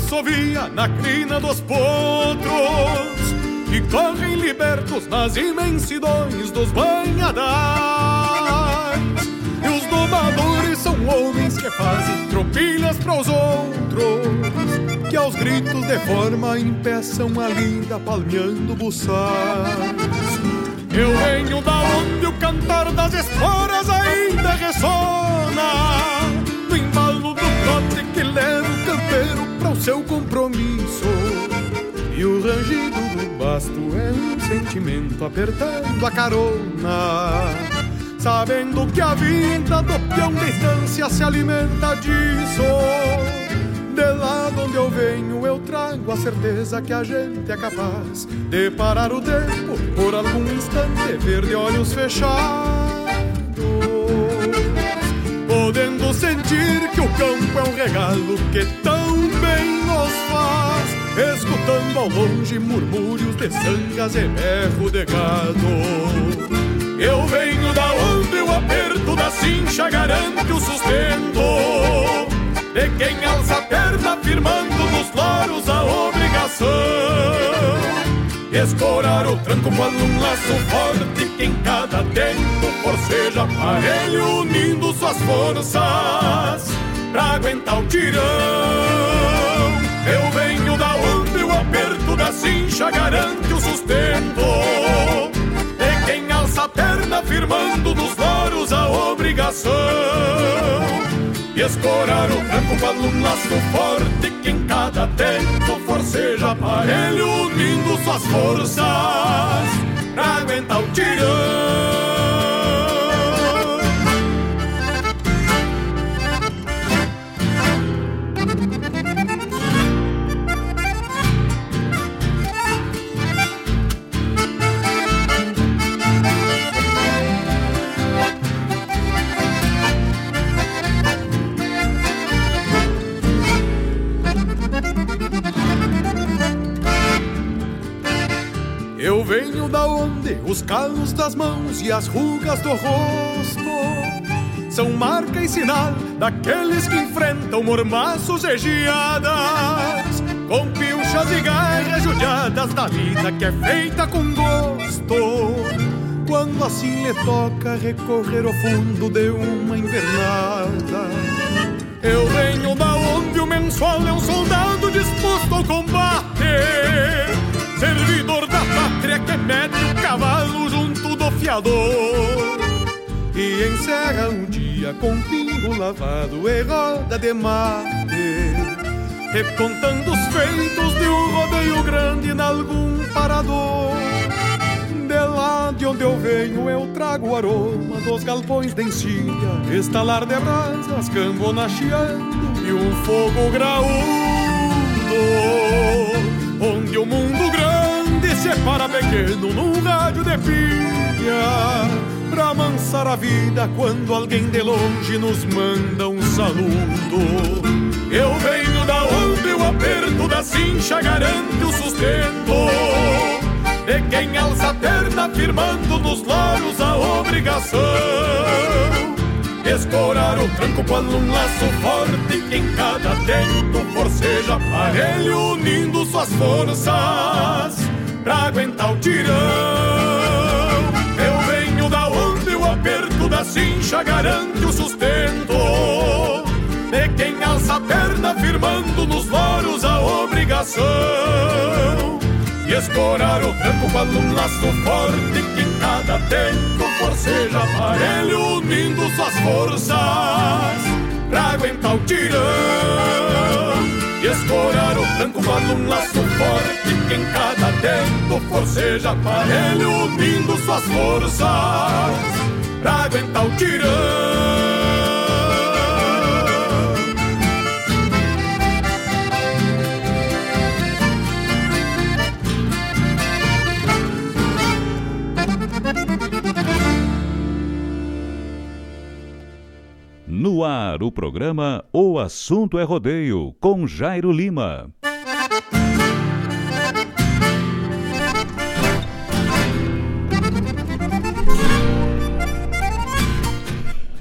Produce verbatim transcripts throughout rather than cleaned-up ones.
assovia na crina dos potros e correm libertos nas imensidões dos banhadais. E os domadores são homens que fazem tropilhas para os outros, que aos gritos de forma impeçam a lida palmeando buçais. Eu venho da onde o cantar das esporas ainda ressona, no embalo do trote que leva o campeiro para o seu compromisso. E o rangido do basto é um sentimento apertando a carona, sabendo que a vida do peão de estância se alimenta disso. De lá de onde eu venho eu trago a certeza que a gente é capaz de parar o tempo por algum instante, ver de olhos fechados, podendo sentir que o campo é um regalo que tão bem nos faz, escutando ao longe murmúrios de sangas e berro de gado. Eu venho da onde o aperto da cincha garante o sustento de quem alça a perna firmando nos loros a obrigação. Escorar o tranco com um laço forte que em cada tempo forceja aparelho, unindo suas forças pra aguentar o tirão. Eu venho da onde o aperto da cincha garante o sustento de quem alça a perna firmando nos loros a obrigação. E escorar o tranco com um laço forte que em cada tempo forceja aparelho, unindo suas forças pra aguentar o tirão. Eu venho da onde os calos das mãos e as rugas do rosto são marca e sinal daqueles que enfrentam mormaços e geadas, com pilchas e garras judiadas da vida que é feita com gosto. Quando assim lhe toca recorrer ao fundo de uma invernada, eu venho da onde o mensual é um soldado disposto ao combate, servidor da pátria que mete o cavalo junto do fiador e encerra um dia com pingo lavado e roda de mate, recontando os feitos de um rodeio grande em algum parador. De lá de onde eu venho eu trago o aroma dos galpões de encilha, estalar de brasas, cambona chiando e um fogo graúdo, onde o mundo grande separa pequeno num rádio de pilha, pra amansar a vida quando alguém de longe nos manda um saludo. Eu venho da onde o aperto da cincha garante o sustento de quem alça a perna firmando nos loros a obrigação. Escorar o tranco com um laço forte que em cada tempo forceja aparelho, unindo suas forças pra aguentar o tirão. Eu venho da onde o aperto da cincha garante o sustento de quem alça a perna firmando nos loros a obrigação. E escorar o tranco com um laço forte que em cada tempo forceja aparelho, unindo suas forças pra aguentar o tirão. E escorar o tranco com um laço forte que em cada tempo forceja aparelho, unindo suas forças pra aguentar o tirão. No ar, o programa O Assunto é Rodeio, com Jairo Lima.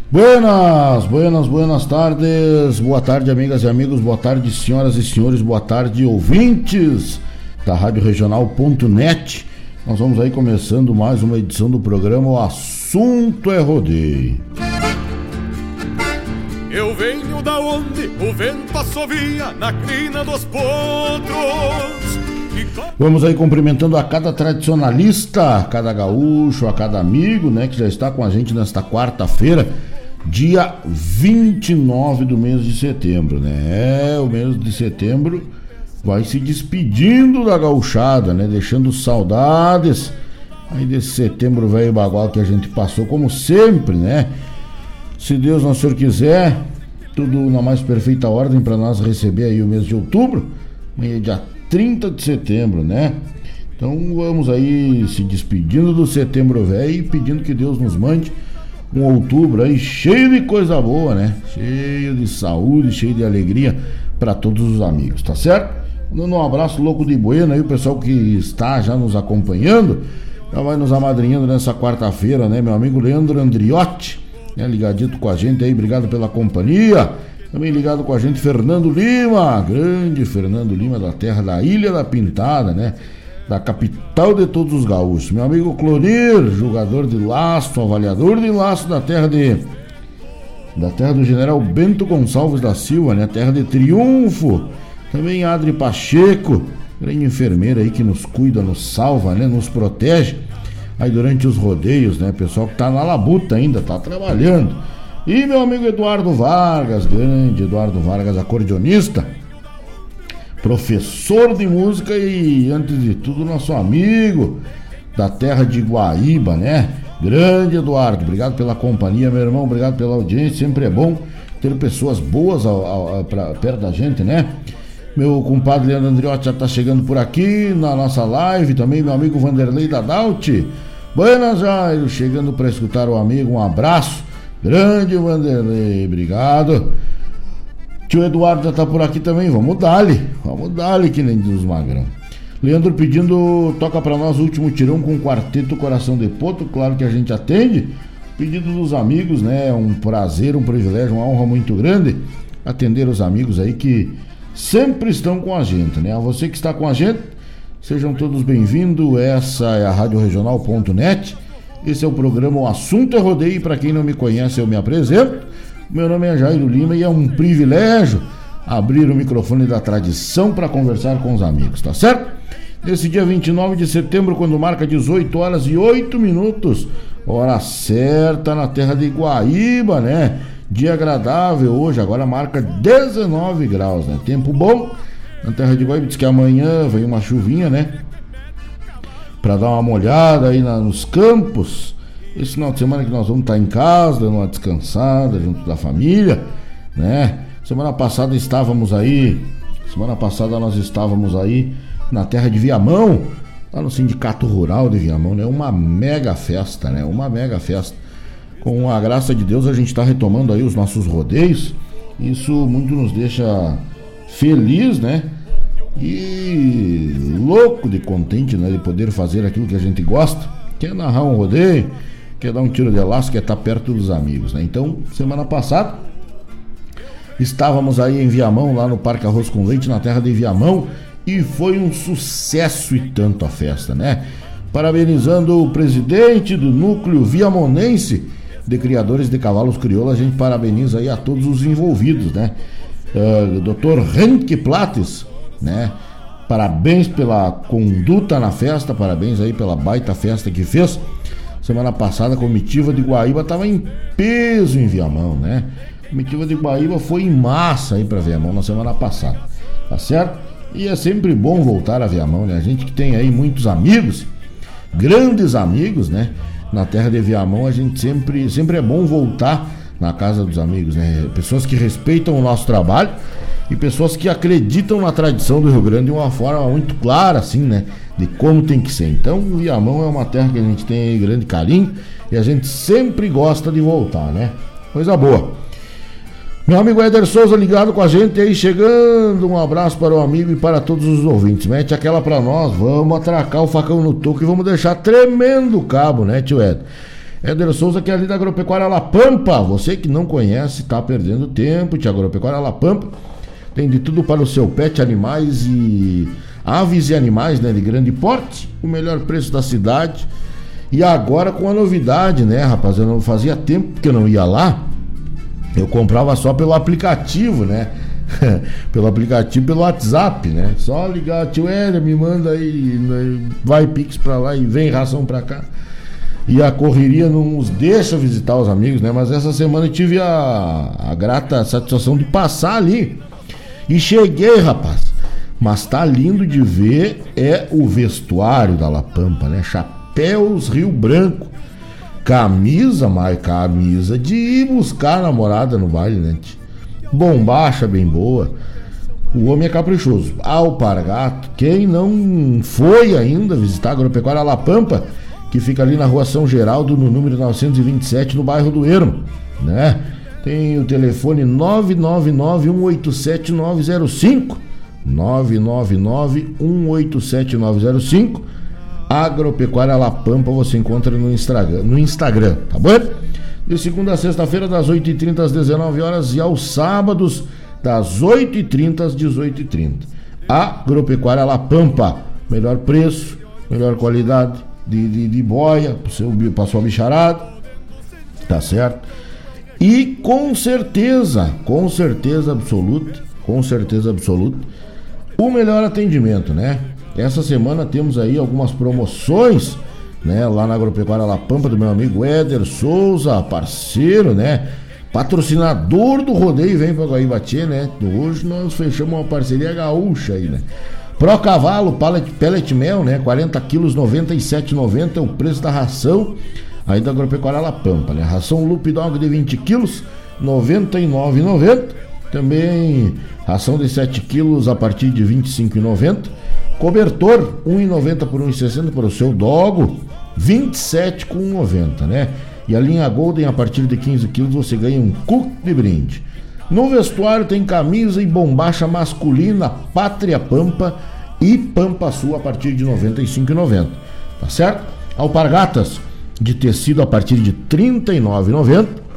Buenas, buenas, buenas tardes, boa tarde amigas e amigos, boa tarde senhoras e senhores, boa tarde ouvintes da Rádio Regional ponto net. Nós vamos aí começando mais uma edição do programa O Assunto é Rodeio. Eu venho da onde o vento assovia na crina dos potros. Vamos aí cumprimentando a cada tradicionalista, a cada gaúcho, a cada amigo, né, que já está com a gente nesta quarta-feira, dia vinte e nove do mês de setembro, né? É, o mês de setembro vai se despedindo da gauchada, né? Deixando saudades aí desse setembro velho bagual que a gente passou, como sempre, né? Se Deus Nosso Senhor quiser, tudo na mais perfeita ordem para nós receber aí o mês de outubro, amanhã é dia trinta de setembro, né? Então vamos aí se despedindo do setembro velho e pedindo que Deus nos mande um outubro aí cheio de coisa boa, né? Cheio de saúde, cheio de alegria para todos os amigos, tá certo? Dando um abraço louco de bueno aí, o pessoal que está já nos acompanhando, já vai nos amadrinhando nessa quarta-feira, né? Meu amigo Leandro Andriotti, né? Ligadito com a gente aí, obrigado pela companhia. Também ligado com a gente Fernando Lima, grande Fernando Lima, da terra da Ilha da Pintada, né? Da capital de todos os gaúchos. Meu amigo Clonir, jogador de laço, avaliador de laço da terra de da terra do general Bento Gonçalves da Silva, né? Terra de Triunfo. Também Adri Pacheco, grande enfermeira aí que nos cuida, nos salva, né? Nos protege aí durante os rodeios, né? Pessoal que tá na labuta ainda, tá trabalhando. E meu amigo Eduardo Vargas, grande Eduardo Vargas, acordeonista, professor de música e, antes de tudo, nosso amigo da terra de Guaíba, né? Grande Eduardo, obrigado pela companhia, meu irmão, obrigado pela audiência. Sempre é bom ter pessoas boas ao, ao, ao, pra, perto da gente, né? Meu compadre Leandro Andriotti já tá chegando por aqui na nossa live, também meu amigo Vanderlei Dadalti. Buenas, Jairo, chegando para escutar o amigo, um abraço. Grande Vanderlei, obrigado. Tio Eduardo já tá por aqui também, vamos dar-lhe, vamos dar-lhe que nem diz os magrão. Leandro pedindo, toca pra nós o último tirão com o quarteto Coração de Potro, claro que a gente atende. Pedido dos amigos, né, é um prazer, um privilégio, uma honra muito grande atender os amigos aí que sempre estão com a gente, né. A você que está com a gente, sejam todos bem-vindos, essa é a Rádio Regional ponto net. Esse é o programa O Assunto é Rodeio. Para quem não me conhece, eu me apresento. Meu nome é Jairo Lima e é um privilégio abrir o microfone da tradição para conversar com os amigos, tá certo? Nesse dia vinte e nove de setembro, quando marca dezoito horas e oito minutos, hora certa na terra de Guaíba, né? Dia agradável hoje, agora marca dezenove graus, né? Tempo bom na terra de Guaíba. Diz que amanhã vem uma chuvinha, né? Para dar uma molhada aí na, nos campos. Esse final de semana que nós vamos estar em casa, dando uma descansada junto da família, né? Semana passada estávamos aí, semana passada nós estávamos aí na terra de Viamão, lá no Sindicato Rural de Viamão, né? Uma mega festa, né? Uma mega festa. Com a graça de Deus a gente está retomando aí os nossos rodeios. Isso muito nos deixa feliz, né? E louco de contente, né, de poder fazer aquilo que a gente gosta, que é narrar um rodeio, que é dar um tiro de laço, que é estar perto dos amigos, né? Então, semana passada estávamos aí em Viamão, lá no Parque Arroz com Leite, na terra de Viamão, e foi um sucesso e tanto a festa, né? Parabenizando o presidente do núcleo viamonense de criadores de cavalos crioulos, a gente parabeniza aí a todos os envolvidos, né? Uh, doutor Henrique Plates, né? Parabéns pela conduta na festa, parabéns aí pela baita festa que fez. Semana passada a comitiva de Guaíba estava em peso em Viamão, né? A comitiva de Guaíba foi em massa aí para Viamão na semana passada, tá certo? E é sempre bom voltar a Viamão, né? A gente que tem aí muitos amigos, grandes amigos, né? Na terra de Viamão a gente sempre, sempre é bom voltar na casa dos amigos, né? Pessoas que respeitam o nosso trabalho e pessoas que acreditam na tradição do Rio Grande de uma forma muito clara, assim, né? De como tem que ser. Então, Viamão é uma terra que a gente tem aí grande carinho e a gente sempre gosta de voltar, né? Coisa boa. Meu amigo Éder Souza ligado com a gente aí, chegando. Um abraço para o amigo e para todos os ouvintes. Mete aquela para nós, vamos atracar o facão no toco e vamos deixar tremendo o cabo, né, tio Éder? Éder Souza, que é ali da Agropecuária La Pampa. Você que não conhece, tá perdendo tempo. Tia Agropecuária La Pampa tem de tudo para o seu pet, animais e aves e animais, né, de grande porte. O melhor preço da cidade. E agora com a novidade, né, rapaz? Eu não fazia tempo que eu não ia lá. Eu comprava só pelo aplicativo, né? Pelo aplicativo, pelo WhatsApp, né? Só ligar, tio Hélio, me manda aí, né? Vai Pix pra lá e vem ração pra cá. E a correria não nos deixa visitar os amigos, né? Mas essa semana eu tive a, a grata satisfação de passar ali. E cheguei, rapaz. Mas tá lindo de ver é o vestuário da La Pampa, né? Chapéus Rio Branco. Camisa, mas camisa de ir buscar a namorada no baile, né? Bombacha bem boa. O homem é caprichoso. Alpargato. Quem não foi ainda visitar a Agropecuária La Pampa, que fica ali na Rua São Geraldo, no número novecentos e vinte e sete, no bairro do Ermo, né? Tem o telefone nove nove nove, um oito sete, nove zero cinco, nove nove nove, um oito sete, nove zero cinco. Agropecuária La Pampa você encontra no Instagram, no Instagram, tá bom? De segunda a sexta-feira, das oito e trinta às dezenove horas, e aos sábados, das oito e trinta às dezoito e trinta. Agropecuária La Pampa, melhor preço, melhor qualidade de, de, de boia para sua bicharada, tá certo? E com certeza, com certeza absoluta, com certeza absoluta, o melhor atendimento, né? Essa semana temos aí algumas promoções, né, lá na Agropecuária La Pampa, do meu amigo Éder Souza, parceiro, né, patrocinador do rodeio, vem pra Guaíbatê, né? Hoje nós fechamos uma parceria gaúcha aí, né? Pro Cavalo, pellet, pellet mel, né, quarenta quilos, noventa e sete reais e noventa centavos, é o preço da ração aí da Agropecuária La Pampa, né? Ração Loop Dog de vinte quilos, noventa e nove reais e noventa centavos. Também ração de sete quilos a partir de vinte e cinco reais e noventa centavos. Cobertor, um real e noventa por um real e sessenta para o seu dogo, vinte e sete reais e noventa centavos, né? E a linha Golden, a partir de quinze quilos, você ganha um cook de brinde. No vestuário tem camisa e bombacha masculina Pátria Pampa e Pampa Sul a partir de noventa e cinco reais e noventa centavos, tá certo? Alpargatas de tecido a partir de trinta e nove reais e noventa centavos.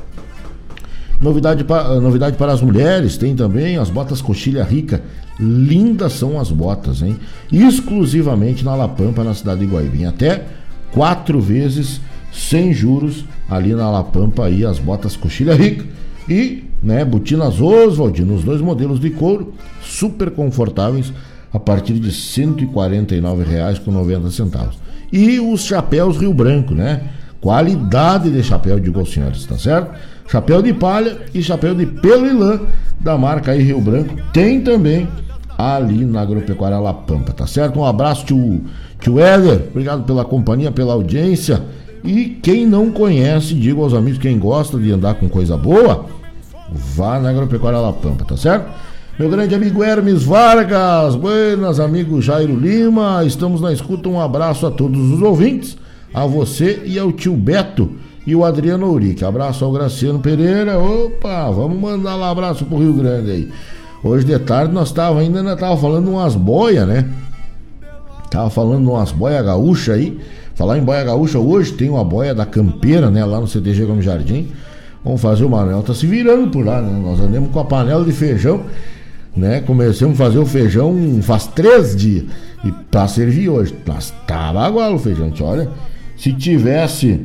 Novidade, pa, novidade para as mulheres, tem também as botas Coxilha Rica. Lindas são as botas, hein? Exclusivamente na La Pampa, na cidade de Guaíba. Até quatro vezes sem juros ali na La Pampa, aí as botas Coxilha Rica. E, né, botinas Oswaldino, os dois modelos de couro, super confortáveis, a partir de cento e quarenta e nove reais e noventa centavos. E os chapéus Rio Branco, né? Qualidade de chapéu, digo aos senhores, tá certo? Chapéu de palha e chapéu de pelo e lã da marca aí Rio Branco. Tem também ali na Agropecuária La Pampa, tá certo? Um abraço, tio, tio Éder. Obrigado pela companhia, pela audiência. E quem não conhece, digo aos amigos, quem gosta de andar com coisa boa, vá na Agropecuária La Pampa, tá certo? Meu grande amigo Hermes Vargas, buenas, amigo Jairo Lima, estamos na escuta. Um abraço a todos os ouvintes, a você e ao tio Beto e o Adriano Ourique. Abraço ao Graciano Pereira. Opa, vamos mandar lá abraço pro Rio Grande aí. Hoje de tarde nós tava ainda, ainda tava falando umas boias, né? Tava falando umas boias gaúchas aí. Falar em boia gaúcha, hoje tem uma boia da Campeira, né? Lá no C T G Gomes Jardim. Vamos fazer, o Manuel tá se virando por lá, né? Nós andamos com a panela de feijão, né? Começamos a fazer o feijão faz três dias. E pra servir hoje. Mas tá bagual o feijão, gente, olha. Se tivesse...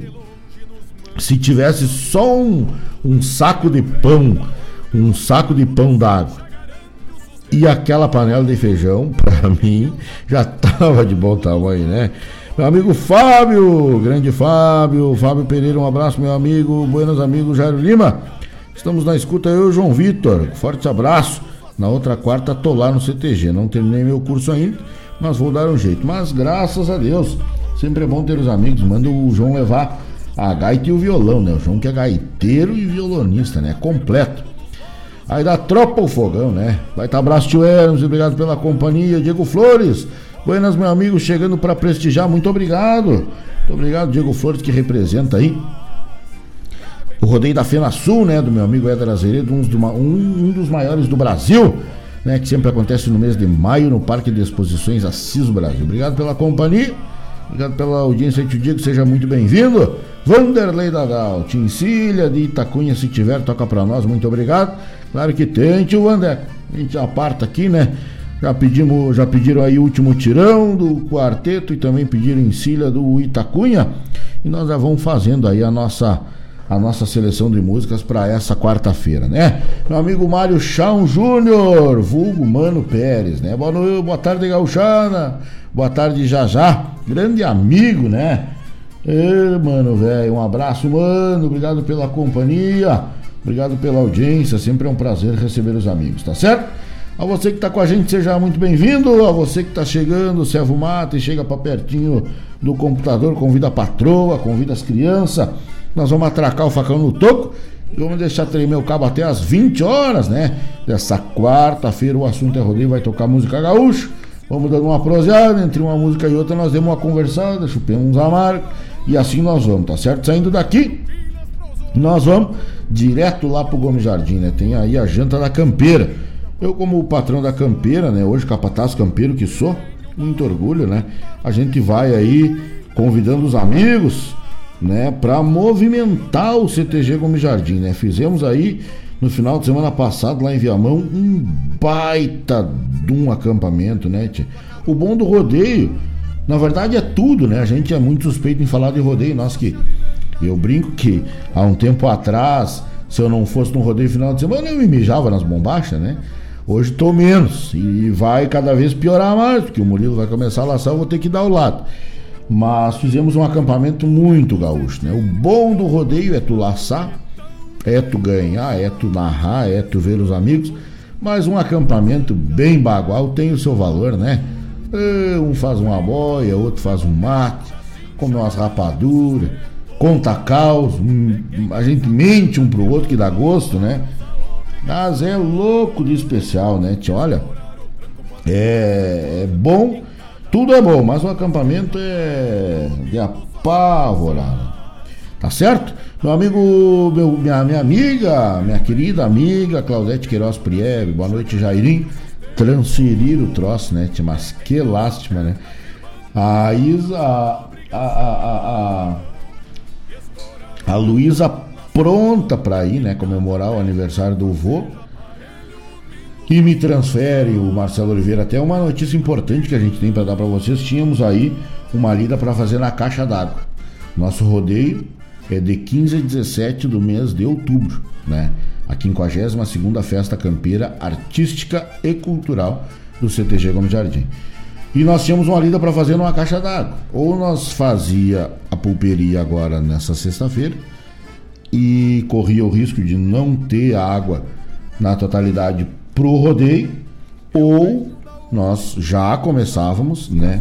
Se tivesse só um, um saco de pão, um saco de pão d'água e aquela panela de feijão, pra mim, já tava de bom tamanho, né? Meu amigo Fábio, grande Fábio, Fábio Pereira, um abraço, meu amigo, buenos amigos, Jairo Lima. Estamos na escuta, eu e o João Vitor, forte abraço. Na outra quarta tô lá no C T G, não terminei meu curso ainda, mas vou dar um jeito. Mas graças a Deus, sempre é bom ter os amigos, manda o João levar a gaita e o violão, né? O João que é gaiteiro e violonista, né? Completo. Aí da tropa o fogão, né? Vai estar abraço, tio Hermes, obrigado pela companhia. Diego Flores, buenas, meu amigo, chegando para prestigiar, muito obrigado. Muito obrigado, Diego Flores, que representa aí o rodeio da Fena Sul, né? Do meu amigo Éder Azeredo, um, um, um dos maiores do Brasil, né? Que sempre acontece no mês de maio no Parque de Exposições Assis Brasil. Obrigado pela companhia. Obrigado pela audiência, tio Diego, seja muito bem-vindo. Vanderlei Dagal, Tincília de Itacunha, se tiver, toca pra nós, muito obrigado. Claro que tem, tio Vander. A gente aparta aqui, né? Já pedimos, já pediram aí o último tirão do quarteto e também pediram Encilha do Itacunha. E nós já vamos fazendo aí a nossa, a nossa seleção de músicas para essa quarta-feira, né? Meu amigo Mário Chão Júnior, vulgo Mano Pérez, né? Boa noite, boa tarde, Gauchana. Boa tarde, Jajá. Grande amigo, né? Ê, mano, velho, um abraço, mano. Obrigado pela companhia. Obrigado pela audiência. Sempre é um prazer receber os amigos, tá certo? A você que está com a gente, seja muito bem-vindo. A você que está chegando, serve o mate e chega para pertinho do computador, convida a patroa, convida as crianças. Nós vamos atracar o facão no toco e vamos deixar tremer o cabo até as vinte horas, né? Dessa quarta-feira o assunto é rodeio, vai tocar música gaúcha. Vamos dando uma proseada, entre uma música e outra nós demos uma conversada, chupemos uns amargos e assim nós vamos, tá certo? Saindo daqui, nós vamos direto lá pro Gomes Jardim, né? Tem aí a janta da campeira. Eu, como o patrão da campeira, né, hoje capataz campeiro que sou, muito orgulho, né, a gente vai aí convidando os amigos, né, para movimentar o C T G Gomes Jardim, né, fizemos aí no final de semana passado lá em Viamão um baita de um acampamento, né, tia? O bom do rodeio, na verdade é tudo, né, a gente é muito suspeito em falar de rodeio, nós que, eu brinco que há um tempo atrás, se eu não fosse num rodeio final de semana, eu me mijava nas bombachas, né? Hoje tô menos e vai cada vez piorar mais, porque o Murilo vai começar a laçar, eu vou ter que dar o lado. Mas fizemos um acampamento muito gaúcho, né? O bom do rodeio é tu laçar, é tu ganhar, é tu narrar, é tu ver os amigos, mas um acampamento bem bagual tem o seu valor, né? Um faz uma boia, outro faz um mate, come umas rapaduras, conta caos, a gente mente um pro outro que dá gosto, né? Mas é louco de especial, né, tia? Olha, é, é bom, tudo é bom, mas o acampamento é de apavorar, tá certo? Meu amigo, meu, minha, minha amiga, minha querida amiga Claudete Queiroz Priebe, boa noite, Jairim. Transferir o troço, né, tia? Mas que lástima, né? A Isa, a, a, a, a, a Luísa pronta para ir, né, comemorar o aniversário do vô, e me transfere o Marcelo Oliveira até uma notícia importante que a gente tem para dar para vocês. Tínhamos aí uma lida para fazer na caixa d'água. Nosso rodeio é de quinze a dezessete do mês de outubro, né? A quinquagésima segunda Festa Campeira Artística e Cultural do C T G Gomes Jardim. E nós tínhamos uma lida para fazer numa caixa d'água. Ou nós fazia a pulperia agora nessa sexta-feira e corria o risco de não ter água na totalidade pro rodeio, ou nós já começávamos, né,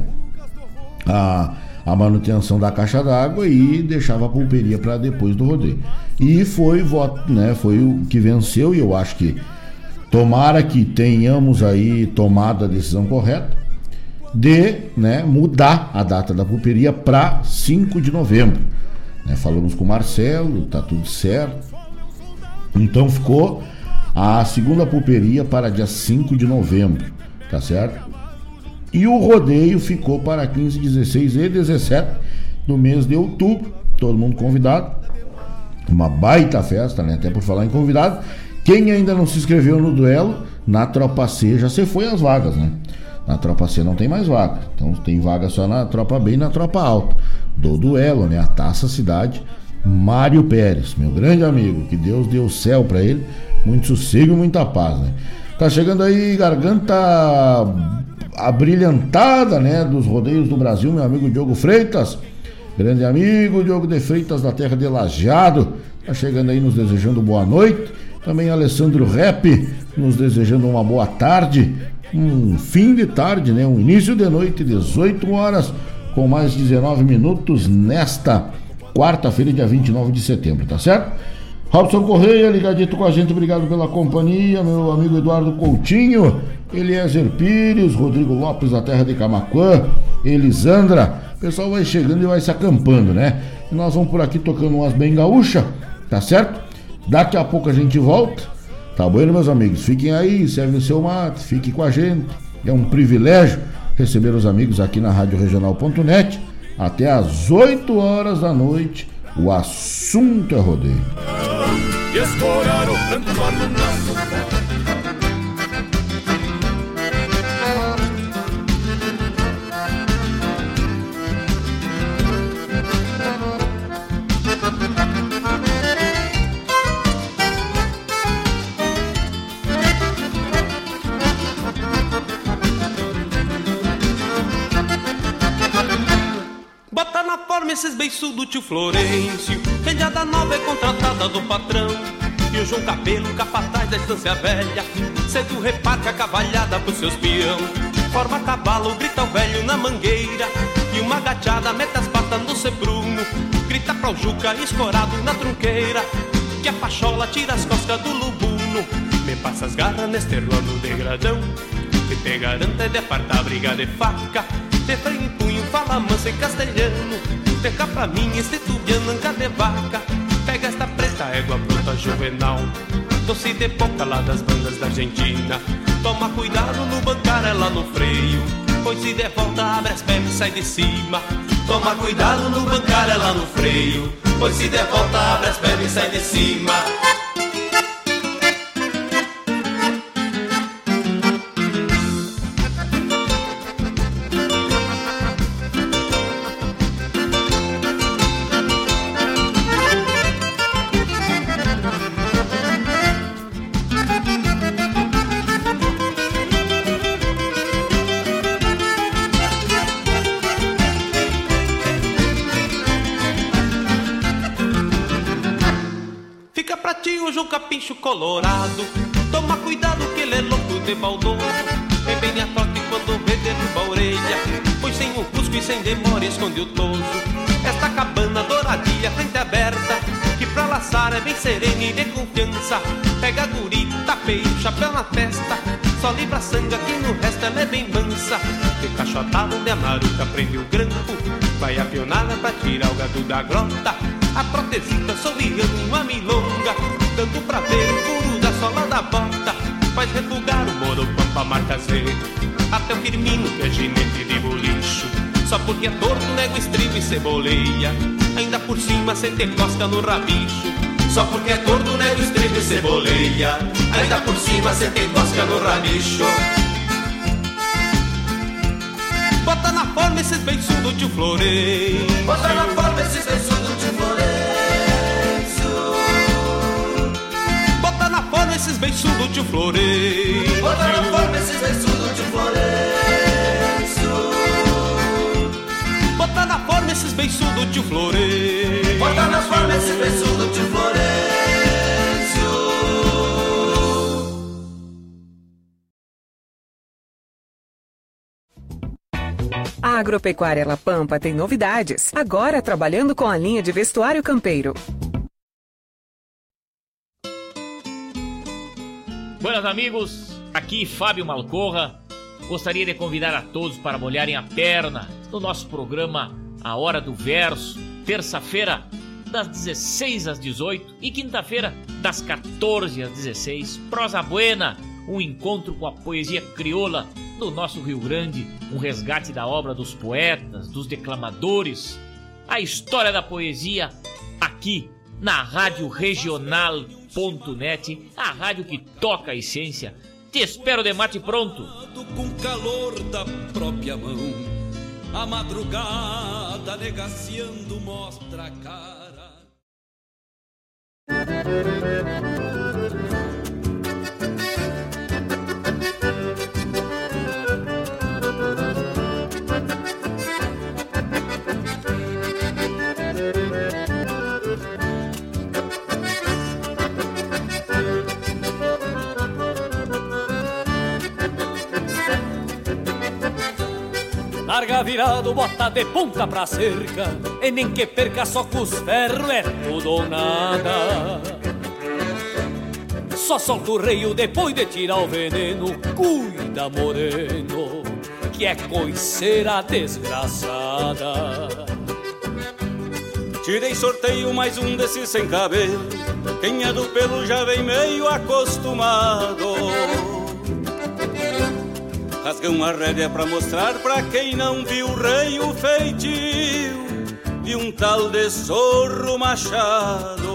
a, a manutenção da caixa d'água e deixava a pulperia para depois do rodeio. E foi voto, né, foi o que venceu, e eu acho que tomara que tenhamos aí tomado a decisão correta de, né, mudar a data da pulperia para cinco de novembro. Né, falamos com o Marcelo, tá tudo certo. Então ficou a segunda pulperia para dia cinco de novembro, tá certo? E o rodeio ficou para quinze, dezesseis e dezessete do mês de outubro. Todo mundo convidado. Uma baita festa, né? Até por falar em convidado, quem ainda não se inscreveu no duelo, na Tropa C já se foi as vagas, né? Na Tropa C não tem mais vaga. Então tem vaga só na Tropa B e na Tropa Alta. Do duelo, né? A Taça Cidade, Mário Pérez, meu grande amigo, que Deus dê o céu pra ele, muito sossego e muita paz, né? Tá chegando aí garganta abrilhantada, né, dos rodeios do Brasil, meu amigo Diogo Freitas, grande amigo Diogo de Freitas da terra de Lajeado, tá chegando aí nos desejando boa noite. Também Alessandro Rep nos desejando uma boa tarde, um fim de tarde, né, um início de noite, dezoito horas com mais dezenove minutos nesta quarta-feira, dia vinte e nove de setembro, tá certo? Robson Correia, ligadito com a gente, obrigado pela companhia, meu amigo Eduardo Coutinho, Eliezer Pires, Rodrigo Lopes da terra de Camaquã, Elisandra, o pessoal vai chegando e vai se acampando, né? E nós vamos por aqui tocando umas bem gaúcha, tá certo? Daqui a pouco a gente volta, tá bom, meus amigos? Fiquem aí, serve o seu mate, fiquem com a gente, é um privilégio receber os amigos aqui na rádio regional ponto net, até às oito horas da noite, o assunto é rodeio. E escorar o pranto no nosso. Bota na forma esses beiços do tio Florencio, Rendiada nova é contratada do patrão. E o João Cabelo, capataz da estância velha, cedo reparca a cavalhada pros seus peão. Forma cavalo, grita o velho na mangueira, e uma gateada mete as patas no sebruno. Grita pra o Juca escorado na trunqueira, que a pachola tira as costas do lubuno. Me passa as garras neste ano degradão, que te garanta é de apartar briga de faca. De freio em punho, fala mansa em castelhano, peca pra mim este tubiano anca de vaca. Pega esta preta égua pronta juvenal, doce de boca lá das bandas da Argentina. Toma cuidado no bancar ela no freio, pois se der volta abre as pernas e sai de cima. Toma cuidado no bancar ela no freio, pois se der volta abre as pernas e sai de cima. Capincho colorado, toma cuidado que ele é louco de baldoso. É bem a toque quando vê derruba a orelha, pois sem o cusco e sem demora esconde o toso. Esta cabana douradinha, frente aberta, que pra laçar é bem serena e de confiança. Pega a guri, tapeia o chapéu na testa, só livra a sanga que no resto ela é bem mansa. De cachotada onde a maruca prende o grampo, vai a pionada pra tirar o gado da grota. A protesita sorriando uma milonga, dando pra ver o furo da sola da bota. Faz refugar o moro pampa marca Z, até o Firmino que é ginete de bolicho. Só porque é torto nego estribo e ceboleia, ainda por cima cê te cosca no rabicho. Só porque é torto nego estribo e ceboleia, ainda por cima cê te cosca no rabicho. Bota na forma esses beiços do tio Florencio, bota na forma esses beiços do tio Florencio. Bota na forma esses beiços do tio Florencio, bota na forma esses beiços do tio Florencio. Bota na forma esses beiços do tio Florencio, bota na forma esses beiços do tio Florencio. A Agropecuária La Pampa tem novidades, agora trabalhando com a linha de vestuário campeiro. Buenas amigos, aqui Fábio Malcorra. Gostaria de convidar a todos para molharem a perna no nosso programa A Hora do Verso, terça-feira das dezesseis às dezoito e quinta-feira das quatorze às dezesseis. Prosa Buena, um encontro com a poesia crioula do nosso Rio Grande, um resgate da obra dos poetas, dos declamadores, a história da poesia aqui na Rádio Regional ponto net, a rádio que toca a essência. Te espero de mate pronto. Com calor da própria mão, a madrugada negaciando mostra a cara. Larga virado, bota de ponta pra cerca, e nem que perca só com os ferros, é tudo ou nada. Só solta o reio depois de tirar o veneno, cuida moreno, que é coiceira desgraçada. Tirei sorteio mais um desses sem cabelo, quem é do pelo já vem meio acostumado. Rasgam a rédea pra mostrar pra quem não viu o rei o feitio de um um tal de Sorro Machado.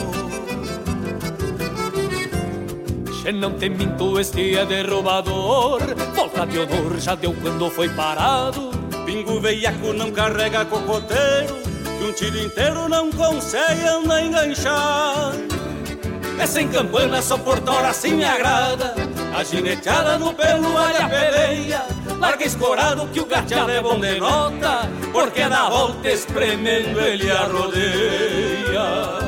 Che não te minto, este é derrubador, volta de honor já deu quando foi parado. Pingo veiaco não carrega cocoteiro, que um tiro inteiro não consegue andar enganchar. É sem campana, só por tora assim me agrada, a gineteada no pelo alha peleia. Larga escorado que o gateado é bom de nota, porque na volta espremendo ele arrodeia.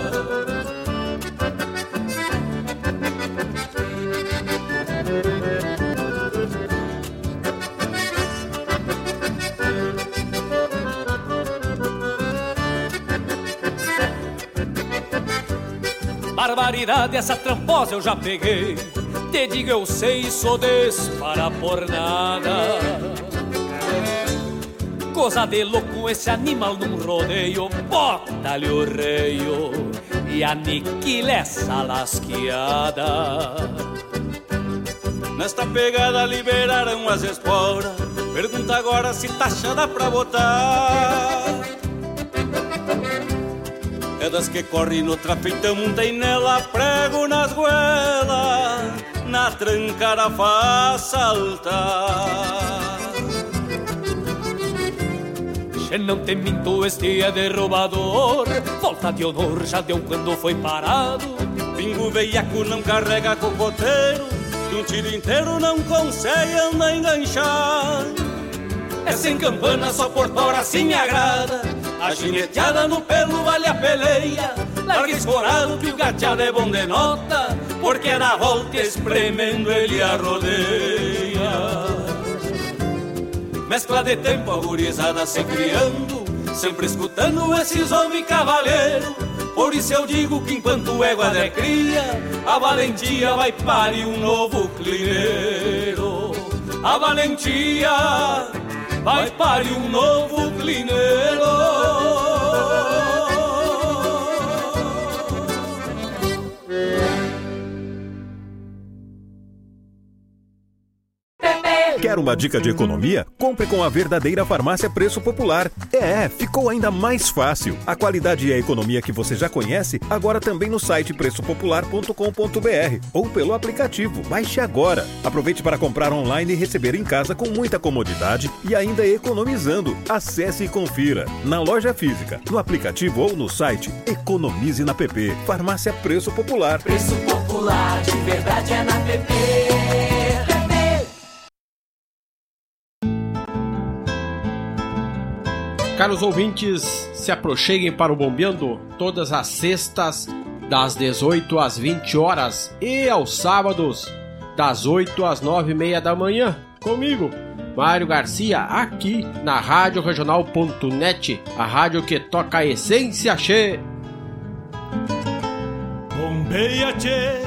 Barbaridade, essa tramposa eu já peguei. Te digo eu sei, sou despara por nada. Coisa de louco esse animal num rodeio, bota-lhe o reio e aniquila essa lasqueada. Nesta pegada liberaram as esporas, pergunta agora se tá achada pra botar. É das que correm no trafeitão, montei nela, prego nas goelas, na trancada faz saltar. Che não te minto, este é derrubador, volta de honor já deu quando foi parado. Pingo veiaco não carrega cocoteiro, que um tiro inteiro não consegue andar enganchar. É sem campana, só por tora assim me agrada, a gineteada no pelo vale a peleia. Larga escorado que o gateado é bom de nota, porque na volta espremendo ele arrodeia. Mescla de tempo a gurizada se criando, sempre escutando esses homens cavaleiros. Por isso eu digo que enquanto égua der cria, a valentia vai parir um novo clineiro. A valentia vai parir um novo clineiro. Quer uma dica de economia? Compre com a verdadeira farmácia Preço Popular. É, ficou ainda mais fácil. A qualidade e a economia que você já conhece, agora também no site preço popular ponto com ponto br ou pelo aplicativo. Baixe agora. Aproveite para comprar online e receber em casa com muita comodidade e ainda economizando. Acesse e confira. Na loja física, no aplicativo ou no site, economize na P P. Farmácia Preço Popular. Preço Popular, de verdade é na P P. Caros ouvintes, se aproxeguem para o Bombeando todas as sextas, das dezoito às vinte horas e aos sábados, das oito às nove e meia da manhã, comigo, Mário Garcia, aqui na rádio regional ponto net, a rádio que toca a essência, che. Bombeia, che.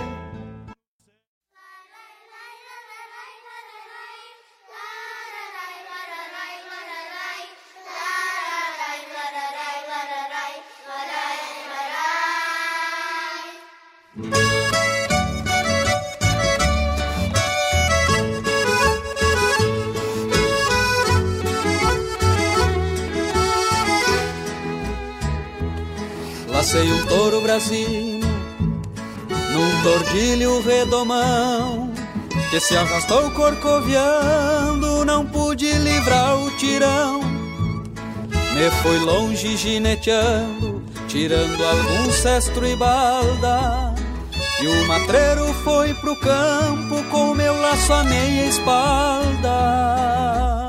Lacei um touro brasino num tordilho redomão que se arrastou corcoviando, não pude livrar o tirão. Me fui longe gineteando, tirando algum cestro e balda, e o matreiro foi pro campo com meu laço à meia espalda.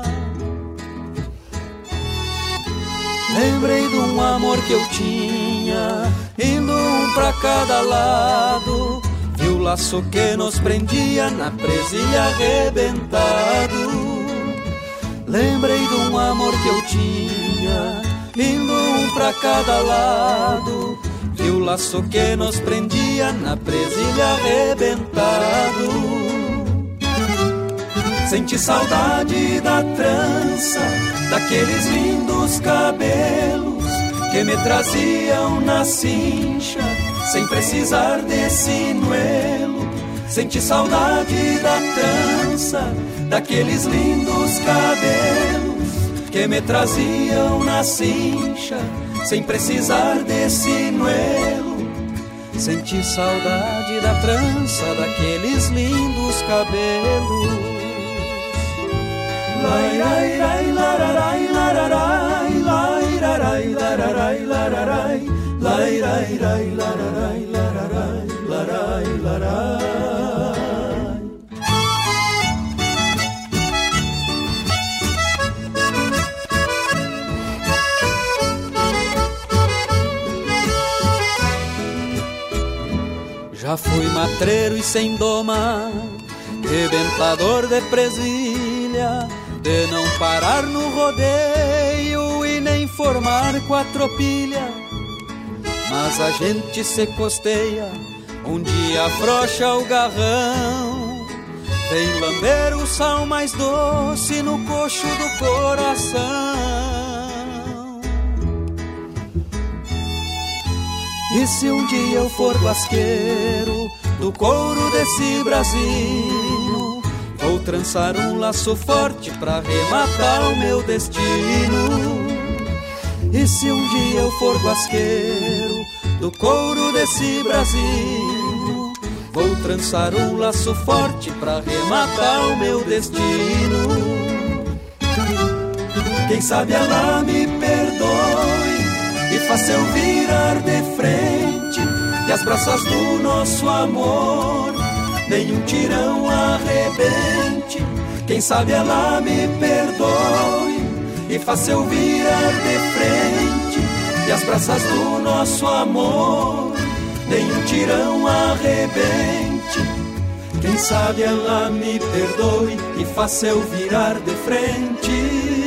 Lembrei de um amor que eu tinha, indo um pra cada lado, vi o laço que nos prendia na presilha arrebentado. Lembrei de um amor que eu tinha, indo um pra cada lado, vi o laço que nos prendia na presilha arrebentado. Senti saudade da trança, daqueles lindos cabelos que me traziam na cincha, sem precisar de sinuelo. Senti saudade da trança, daqueles lindos cabelos que me traziam na cincha, sem precisar de sinuelo. Senti saudade da trança, daqueles lindos cabelos. Lai, lai, lai, lararai, lararai, lai, lararai, lararai, lararai, lai, lai, lai, lararai, lararai, larai, larai. Já fui matreiro e sem doma, rebentador de presilha, de não parar no rodeio e nem formar quatropilha. Mas a gente se costeia, um dia afrouxa o garrão, vem lamber o sal mais doce no coxo do coração. E se um dia eu for basqueiro do couro desse Brasil, vou trançar um laço forte pra rematar o meu destino. E se um dia eu for basqueiro do couro desse Brasil, vou trançar um laço forte pra rematar o meu destino. Quem sabe ela me perdoe e faça eu virar de frente, e as braças do nosso amor nenhum tirão arrebente. Quem sabe ela me perdoe e faça eu virar de frente, e as braças do nosso amor nenhum tirão arrebente. Quem sabe ela me perdoe e faça eu virar de frente.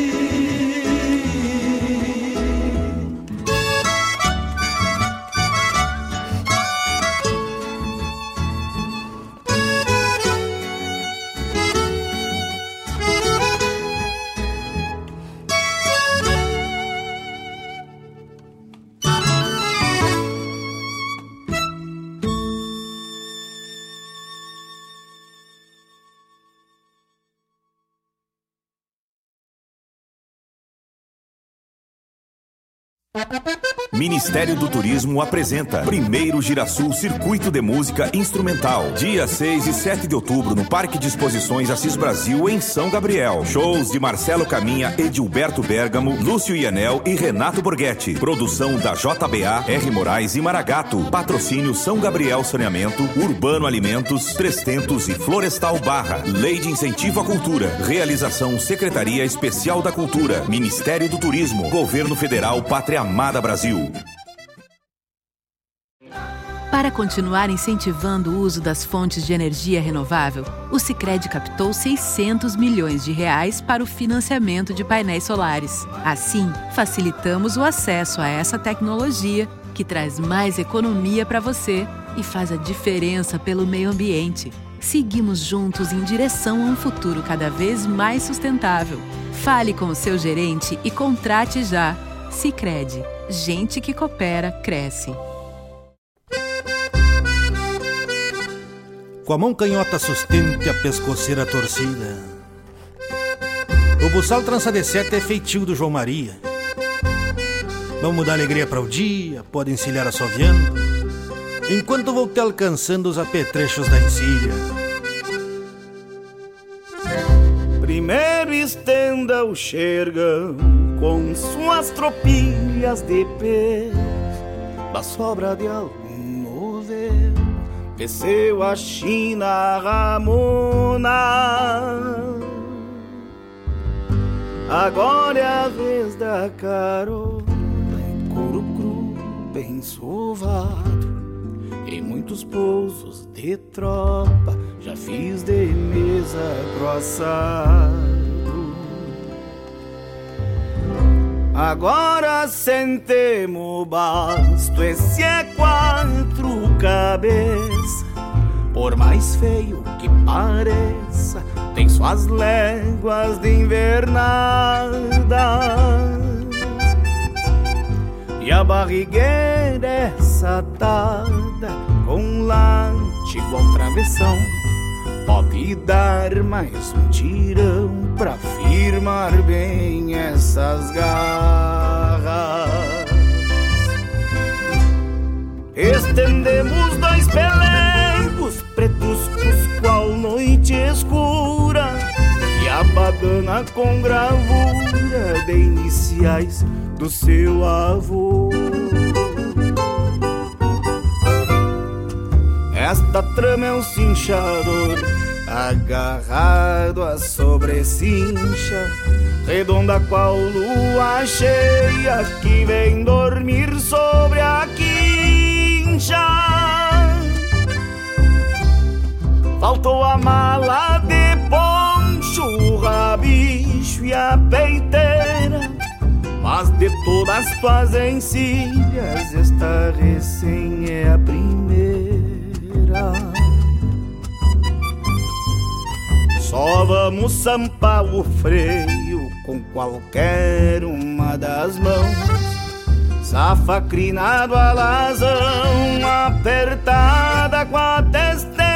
Ministério do Turismo apresenta Primeiro Girasul Circuito de Música Instrumental, dia seis e sete de outubro no Parque de Exposições Assis Brasil, em São Gabriel. Shows de Marcelo Caminha, Edilberto Bergamo, Lúcio Ianel e Renato Borghetti. Produção da J B A, R. Moraes e Maragato. Patrocínio São Gabriel Saneamento, Urbano Alimentos, Trestentos e Florestal Barra. Lei de Incentivo à Cultura. Realização Secretaria Especial da Cultura. Ministério do Turismo. Governo Federal, Pátria Amada Brasil. Para continuar incentivando o uso das fontes de energia renovável, o Sicredi captou seiscentos milhões de reais para o financiamento de painéis solares. Assim, facilitamos o acesso a essa tecnologia que traz mais economia para você e faz a diferença pelo meio ambiente. Seguimos juntos em direção a um futuro cada vez mais sustentável. Fale com o seu gerente e contrate já. Sicredi. Gente que coopera, cresce. Com a mão canhota sustente a pescoceira torcida, o buçal trança de sete é feitio do João Maria. Vamos dar alegria para o dia, pode encilhar assoviando, enquanto vou te alcançando os apetrechos da encilha. Primeiro estenda o xergão com suas tropilhas de pé, da sobra de algum novelo desceu a China Ramona. Agora é a vez da carona, em couro cru, bem sovado, em muitos pousos de tropa já fiz de mesa pro assado. Agora sentemos basto, esse é quatro cabeças, por mais feio que pareça, tem suas léguas de invernada. E a barrigueira é satada com late igual travessão, pode dar mais um tirão pra firmar bem essas garras. Estendemos dois pelegos pretos qual noite escura e a badana com gravura de iniciais do seu avô. Esta trama é um cinchador agarrado à sobrecincha, redonda qual lua cheia que vem dormir sobre a quincha. Faltou a mala de poncho, o rabicho e a peiteira, mas de todas tuas encilhas esta recém é a primeira. Só vamos sampar o freio com qualquer uma das mãos, safa crinado alazão, apertada com a testeira.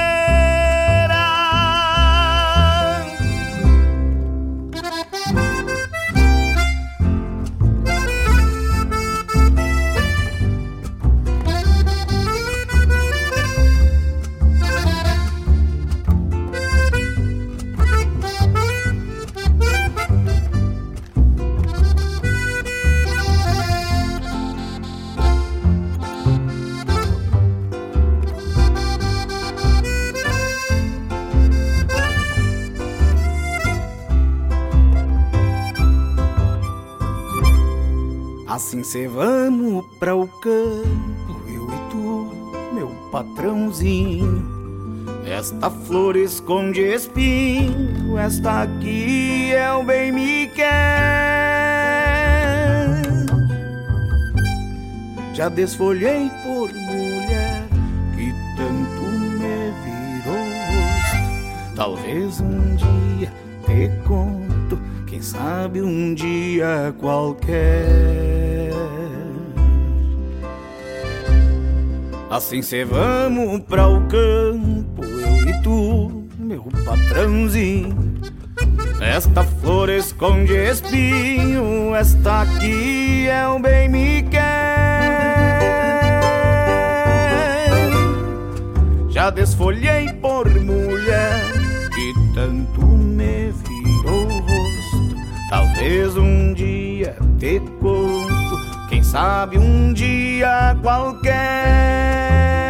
Assim cê vamos pra o campo, eu e tu, meu patrãozinho. Esta flor esconde espinho, esta aqui é o bem me quer. Já desfolhei por mulher que tanto me virou rosto. Talvez um dia te conto, quem sabe um dia qualquer. Assim cê vamos pra o campo, eu e tu, meu patrãozinho. Esta flor esconde espinho, esta aqui é o bem me quer. Já desfolhei por mulher que tanto me virou o rosto. Talvez um dia te conto, quem sabe um dia qualquer.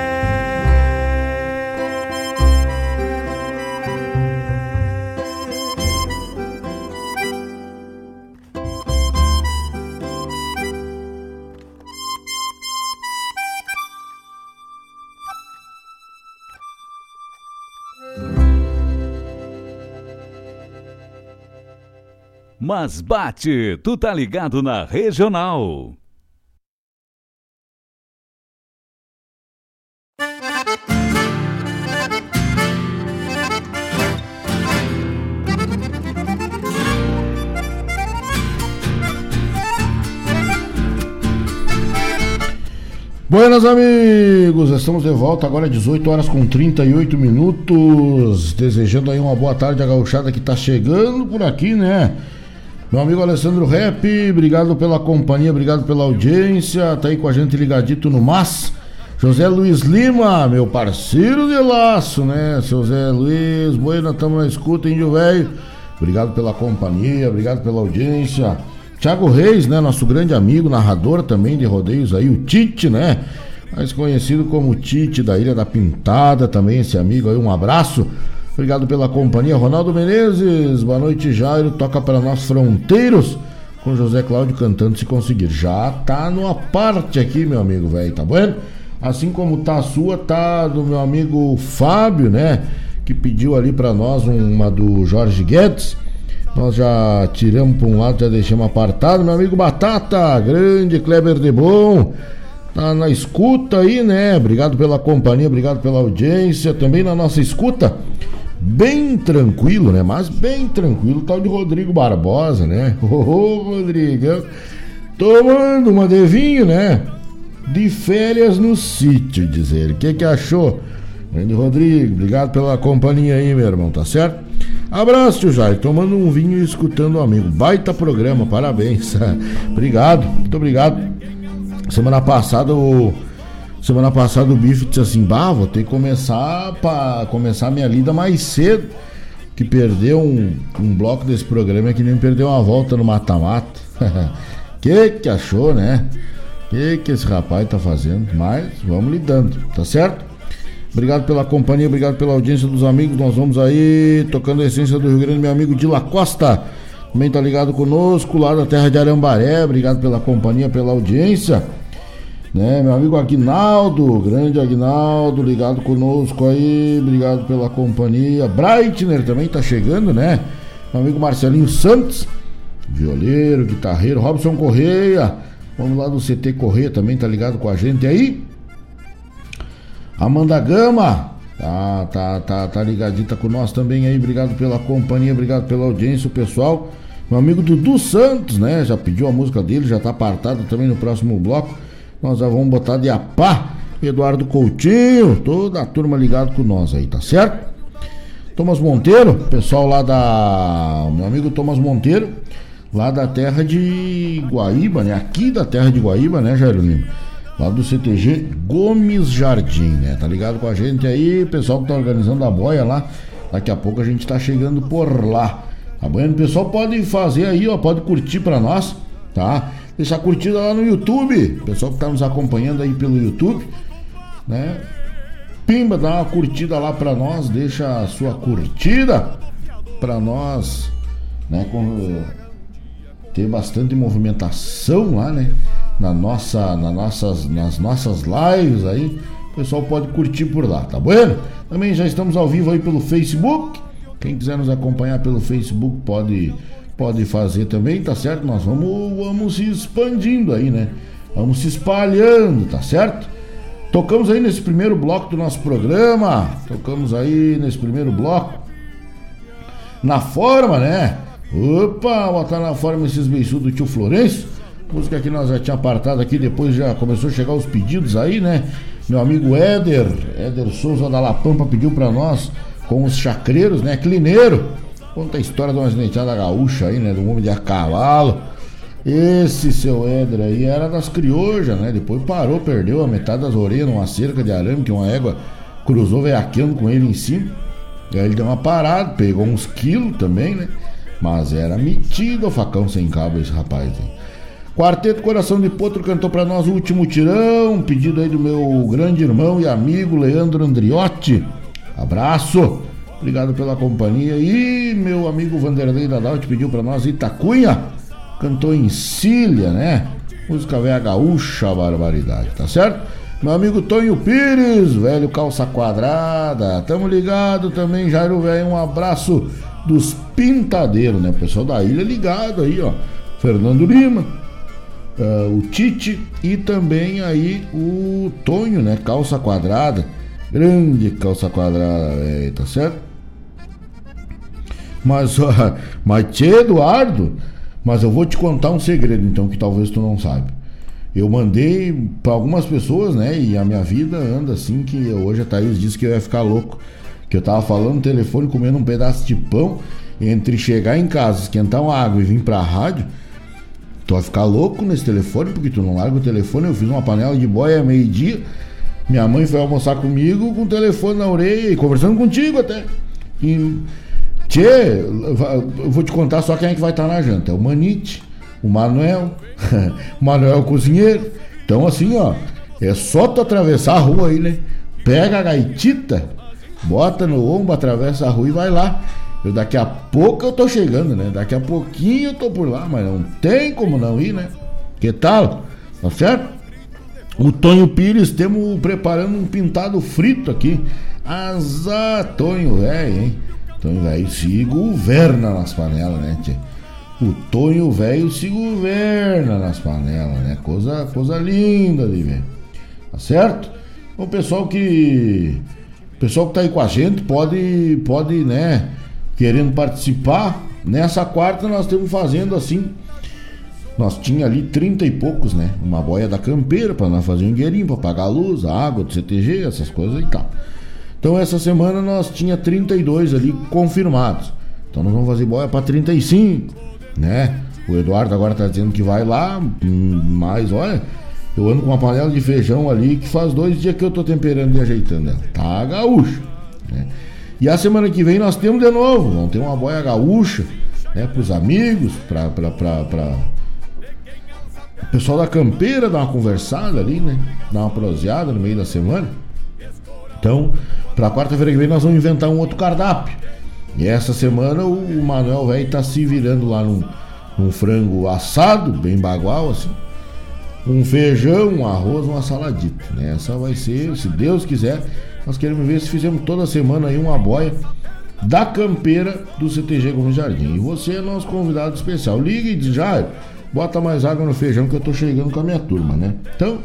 Mas bate, tu tá ligado na Regional. Buenas amigos, estamos de volta agora às dezoito horas com trinta e oito minutos, desejando aí uma boa tarde à gauchada que tá chegando por aqui, né? Meu amigo Alessandro Rep, obrigado pela companhia, obrigado pela audiência, tá aí com a gente ligadito no Mas. José Luiz Lima, meu parceiro de laço, né? Seu Zé Luiz, bueno, estamos na escuta, índio velho. Obrigado pela companhia, obrigado pela audiência. Thiago Reis, né? Nosso grande amigo, narrador também de rodeios aí, o Tite, né? Mais conhecido como Tite da Ilha da Pintada, também esse amigo aí, um abraço. Obrigado pela companhia. Ronaldo Menezes, boa noite, Jairo. Toca para nós Fronteiros, com José Cláudio cantando Se Conseguir. Já tá numa parte aqui, meu amigo velho, tá bom? Assim como tá a sua, tá do meu amigo Fábio, né? Que pediu ali para nós uma do Jorge Guedes. Nós já tiramos para um lado, já deixamos apartado. Meu amigo Batata, grande Kleber de Bom, tá na escuta aí, né? Obrigado pela companhia, obrigado pela audiência. Também na nossa escuta, bem tranquilo, né? Mas bem tranquilo, tal de Rodrigo Barbosa, né? Ô, oh, Rodrigo, tomando uma de vinho, né? De férias no sítio, dizer. O que que achou? Grande Rodrigo, obrigado pela companhia aí, meu irmão, tá certo? Abraço, tio Jair, tomando um vinho e escutando o amigo. Baita programa, parabéns. Obrigado, muito obrigado. Semana passada o... Semana passada o Bife disse assim, bah, vou ter que começar pra começar a minha lida mais cedo. Que perdeu um, um bloco desse programa que nem perdeu uma volta no mata-mata. Que que achou, né? Que que esse rapaz tá fazendo? Mas vamos lidando, tá certo? Obrigado pela companhia, obrigado pela audiência dos amigos. Nós vamos aí tocando a essência do Rio Grande, meu amigo Dila Costa. Também tá ligado conosco lá da terra de Arambaré. Obrigado pela companhia, pela audiência. Né, meu amigo Aguinaldo, grande Aguinaldo, ligado conosco aí. Obrigado pela companhia. Breitner também tá chegando, né? Meu amigo Marcelinho Santos, violeiro, guitarreiro. Robson Correia, vamos lá do C T Correia, também tá ligado com a gente aí. Amanda Gama, tá, tá, tá, tá ligadita com nós também aí. Obrigado pela companhia, obrigado pela audiência, o pessoal. Meu amigo Dudu Santos, né? Já pediu a música dele, já tá apartado também no próximo bloco. Nós já vamos botar de apá. Eduardo Coutinho, toda a turma ligado com nós aí, tá certo? Thomas Monteiro, pessoal lá da... Meu amigo Thomas Monteiro, lá da terra de Guaíba, né? Aqui da terra de Guaíba, né, Jair Lima? Lá do C T G Gomes Jardim, né? Tá ligado com a gente aí, pessoal que tá organizando a boia lá. Daqui a pouco a gente tá chegando por lá. Tá bom? O pessoal pode fazer aí, ó, pode curtir pra nós, tá? Deixa a curtida lá no YouTube. O pessoal que tá nos acompanhando aí pelo YouTube, né? Pimba, dá uma curtida lá pra nós. Deixa a sua curtida pra nós, né? Com, ter bastante movimentação lá, né? Na nossa, na nossas, nas nossas lives aí. O pessoal pode curtir por lá, tá bom? Também já estamos ao vivo aí pelo Facebook. Quem quiser nos acompanhar pelo Facebook pode, pode fazer também, tá certo? Nós vamos, vamos se expandindo aí, né? Vamos se espalhando, tá certo? Tocamos aí nesse primeiro bloco do nosso programa. Tocamos aí nesse primeiro bloco Na Forma, né? Opa, botar Na Forma esses beiçudos do tio Florencio. Música que nós já tinha apartado aqui, depois já começou a chegar os pedidos aí, né? Meu amigo Éder, Éder Souza da La Pampa pediu pra nós com os chacreiros, né? Clineiro. Conta a história de uma gineteada gaúcha aí, né? De um homem de a cavalo. Esse seu Éder aí era das criojas, né? Depois parou, perdeu a metade das orelhas numa cerca de arame que uma égua cruzou veiaqueando com ele em cima. E aí ele deu uma parada, pegou uns quilos também, né? Mas era metido o facão sem cabo esse rapaz aí. Quarteto Coração de Potro cantou pra nós o Último Tirão, pedido aí do meu grande irmão e amigo Leandro Andriotti. Abraço, obrigado pela companhia. E meu amigo Vanderlei Dadalt pediu pra nós Itacunha, cantou em Cília, né? Música velha gaúcha, barbaridade, tá certo? Meu amigo Tonho Pires, velho calça quadrada, tamo ligado também, Jairo velho, um abraço dos pintadeiros, né? O pessoal da ilha ligado aí, ó. Fernando Lima, uh, o Tite e também aí o Tonho, né? Calça quadrada, grande calça quadrada, velho, tá certo? Mas, uh, mas tchê, Eduardo, mas eu vou te contar um segredo então que talvez tu não saiba. Eu mandei pra algumas pessoas, né? E a minha vida anda assim que hoje a Thaís disse que eu ia ficar louco. Que eu tava falando no telefone, comendo um pedaço de pão. Entre chegar em casa, esquentar uma água e vir pra rádio, tu vai ficar louco nesse telefone, porque tu não larga o telefone. Eu fiz uma panela de boia meio-dia. Minha mãe foi almoçar comigo com o telefone na orelha e conversando contigo até. E, tchê, eu vou te contar só quem é que vai estar na janta. É o Manite, o Manuel, o Manuel é o cozinheiro. Então assim, ó, é só tu atravessar a rua aí, né? Pega a gaitita, bota no ombro, atravessa a rua e vai lá. Eu, daqui a pouco eu tô chegando, né? Daqui a pouquinho eu tô por lá, mas não tem como não ir, né? Que tal? Tá certo? O Tonho Pires, temos preparando um pintado frito aqui. Azar, Tonho, velho, hein? Tonho, velho, se governa nas panelas, né, tia? O Tonho, velho, se governa nas panelas, né? Coisa, coisa linda ali, velho. Tá certo? O pessoal que... O pessoal que tá aí com a gente pode, pode, né, querendo participar. Nessa quarta nós estamos fazendo assim. Nós tinha ali trinta e poucos, né? Uma boia da campeira pra nós fazer um dinheirinho, pra pagar a luz, a água do C T G, essas coisas e tal. Então essa semana nós tinha trinta e dois ali confirmados. Então nós vamos fazer boia para trinta e cinco, né? O Eduardo agora tá dizendo que vai lá, mas olha, eu ando com uma panela de feijão ali que faz dois dias que eu tô temperando e ajeitando ela. Tá gaúcho, né? E a semana que vem nós temos de novo, vamos ter uma boia gaúcha, né? Pros amigos, pra, pra, pra, pra... o pessoal da campeira dar uma conversada ali, né? Dar uma proseada no meio da semana. Então, pra quarta-feira que vem nós vamos inventar um outro cardápio. E essa semana o, o Manuel velho tá se virando lá num, num frango assado, bem bagual assim. Um feijão, um arroz, uma saladita, né? Essa vai ser, se Deus quiser, nós queremos ver se fizemos toda semana aí uma boia da campeira do C T G Gomes Jardim. E você é nosso convidado especial. Liga e diz, já, bota mais água no feijão que eu tô chegando com a minha turma, né? Então,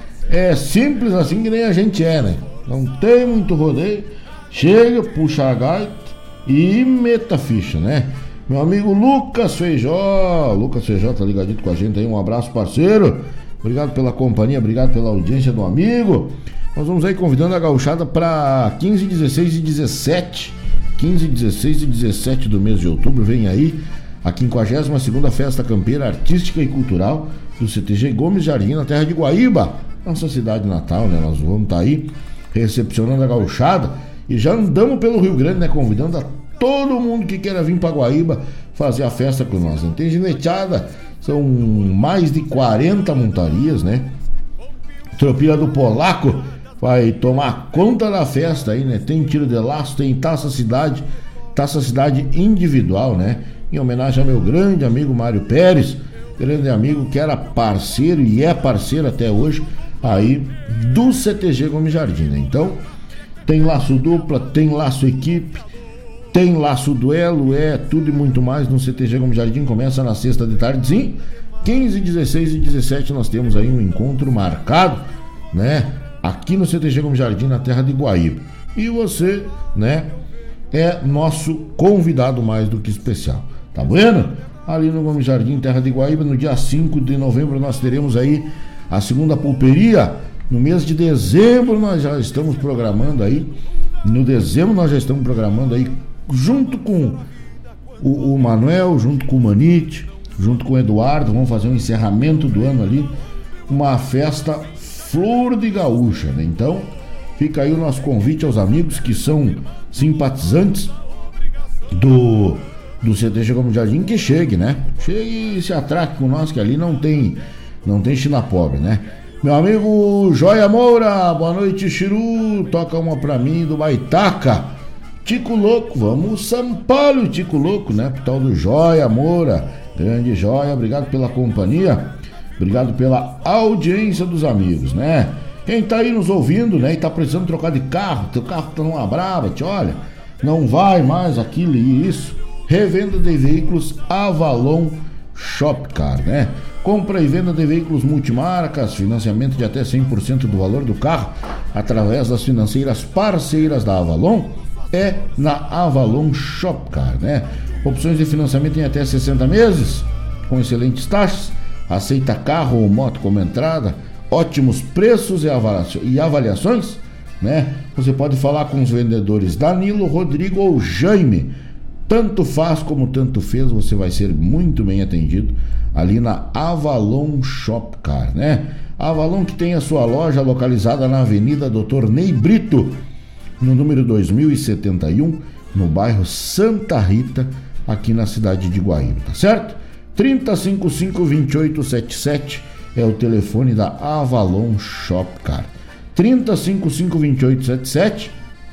é simples assim que nem a gente é, né? Não tem muito rodeio. Chega, puxa a gaita e meta a ficha, né? Meu amigo Lucas Feijó. Lucas Feijó tá ligadito com a gente aí. Um abraço, parceiro. Obrigado pela companhia, obrigado pela audiência do amigo. Nós vamos aí convidando a gauchada para quinze, dezesseis e dezessete. quinze, dezesseis e dezessete do mês de outubro. Vem aí a quinquagésima segunda Festa Campeira Artística e Cultural do C T G Gomes Jardim, na terra de Guaíba, nossa cidade natal, né? Nós vamos estar tá aí recepcionando a gauchada e já andamos pelo Rio Grande, né? Convidando a todo mundo que queira vir para Guaíba fazer a festa com nós. Não tem gineteada, são mais de quarenta montarias, né? Tropilha do Polaco vai tomar conta da festa aí, né? Tem tiro de laço, tem Taça Cidade, Taça Cidade individual, né? Em homenagem ao meu grande amigo Mário Pérez, grande amigo que era parceiro e é parceiro até hoje aí do C T G Gomes Jardim, né? Então, tem laço dupla, tem laço equipe, tem laço duelo, é tudo e muito mais no C T G Gomes Jardim. Começa na sexta de tardezinho, quinze, dezesseis e dezessete nós temos aí um encontro marcado, né? Aqui no C T G Gomes Jardim, na terra de Guaíba. E você, né, é nosso convidado mais do que especial. Tá vendo? Ali no Gomes Jardim, terra de Guaíba, no dia cinco de novembro nós teremos aí a segunda pulperia. No mês de dezembro nós já estamos programando aí, no dezembro nós já estamos programando aí, junto com o, o Manuel, junto com o Manite, junto com o Eduardo, vamos fazer um encerramento do ano ali, uma festa Flor de Gaúcha, né? Então, fica aí o nosso convite aos amigos que são simpatizantes do, do C T G Gomes Jardim, que chegue, né? Chegue e se atraque com nós, que ali não tem, não tem China pobre, né? Meu amigo Joia Moura, boa noite, Chiru, toca uma pra mim do Baitaca. Tico Louco, vamos São Paulo, Tico Louco, né? Pro tal do Joia Moura, grande Joia, obrigado pela companhia, obrigado pela audiência dos amigos, né? Quem tá aí nos ouvindo, né, e tá precisando trocar de carro, teu carro tá numa brava, te olha, não vai mais aquilo e isso, revenda de veículos Avalon Shopcar, né? Compra e venda de veículos multimarcas, financiamento de até cem por cento do valor do carro através das financeiras parceiras da Avalon, é na Avalon Shopcar, né? Opções de financiamento em até sessenta meses, com excelentes taxas, aceita carro ou moto como entrada, ótimos preços e, avaliações, e avaliações, né? Você pode falar com os vendedores Danilo, Rodrigo ou Jaime. Tanto faz como tanto fez, você vai ser muito bem atendido ali na Avalon Shopcar, né? A Avalon que tem a sua loja localizada na Avenida doutor Ney Brito, no número dois mil e setenta e um, no bairro Santa Rita, aqui na cidade de Guaíba, tá certo? trinta, cinquenta e cinco, vinte e oito, setenta e sete é o telefone da Avalon Shopcar. trinta, cinquenta e cinco, vinte e oito, setenta e sete.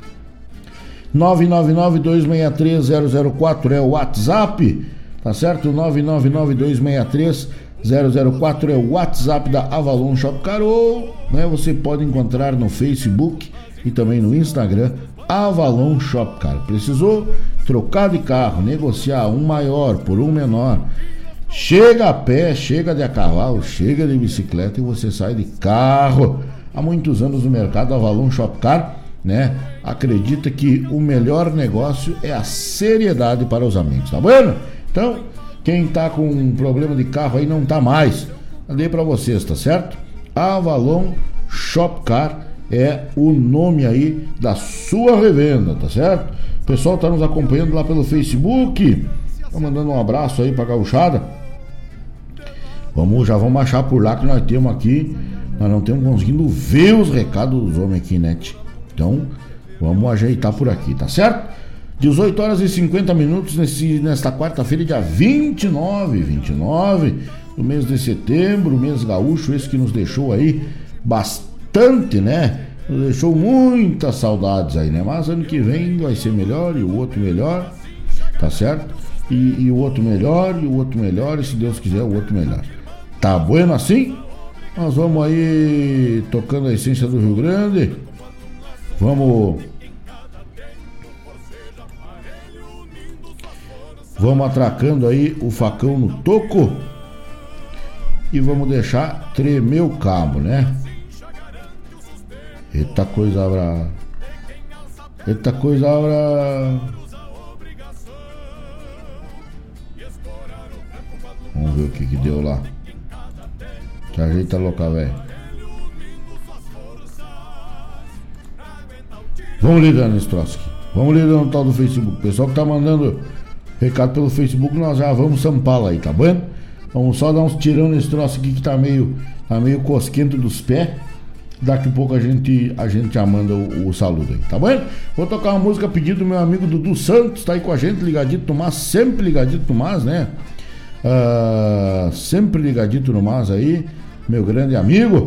nove nove nove, dois seis três, zero zero quatro é o WhatsApp, tá certo? nove nove nove, dois seis três, zero zero quatro é o WhatsApp da Avalon Shopcar, ou, né, você pode encontrar no Facebook e também no Instagram, Avalon Shopcar. Precisou trocar de carro, negociar um maior por um menor, chega a pé, chega de a cavalo, chega de bicicleta e você sai de carro. Há muitos anos no mercado, Avalon Shopcar, né, acredita que o melhor negócio é a seriedade para os amigos, tá vendo? Então, quem tá com um problema de carro aí não tá mais, dei para vocês, tá certo? Avalon Shopcar é o nome aí da sua revenda, tá certo? O pessoal tá nos acompanhando lá pelo Facebook, tá mandando um abraço aí pra gauchada. Vamos, já vamos achar por lá que nós temos aqui, nós não estamos conseguindo ver os recados dos homens aqui, né? Então, vamos ajeitar por aqui, tá certo? dezoito horas e cinquenta minutos nesse, nesta quarta-feira, dia vinte e nove, vinte e nove do mês de setembro, mês gaúcho, esse que nos deixou aí bastante, né? Nos deixou muitas saudades aí, né? Mas ano que vem vai ser melhor e o outro melhor, tá certo? E, e o outro melhor e o outro melhor, e se Deus quiser o outro melhor. Tá bueno assim? Nós vamos aí tocando a essência do Rio Grande. Vamos Vamos atracando aí o facão no toco e vamos deixar tremer o cabo, né? Eita coisa brava. Eita coisa brava. Vamos ver o que que deu lá. Que ajeita louca, velho. Vamos lidando nesse troço aqui. Vamos lidando no tal do Facebook. O pessoal que tá mandando recado pelo Facebook, nós já vamos sampá-la aí, tá bom? Vamos só dar uns tirão nesse troço aqui que tá meio, tá meio cosquento dos pés. Daqui a pouco a gente, a gente já manda o, o saludo aí, tá bom? Vou tocar uma música a pedido do meu amigo Dudu Santos, tá aí com a gente, ligadito no Mas, sempre ligadito no Mas, né? Uh, sempre ligadito no Mas aí, meu grande amigo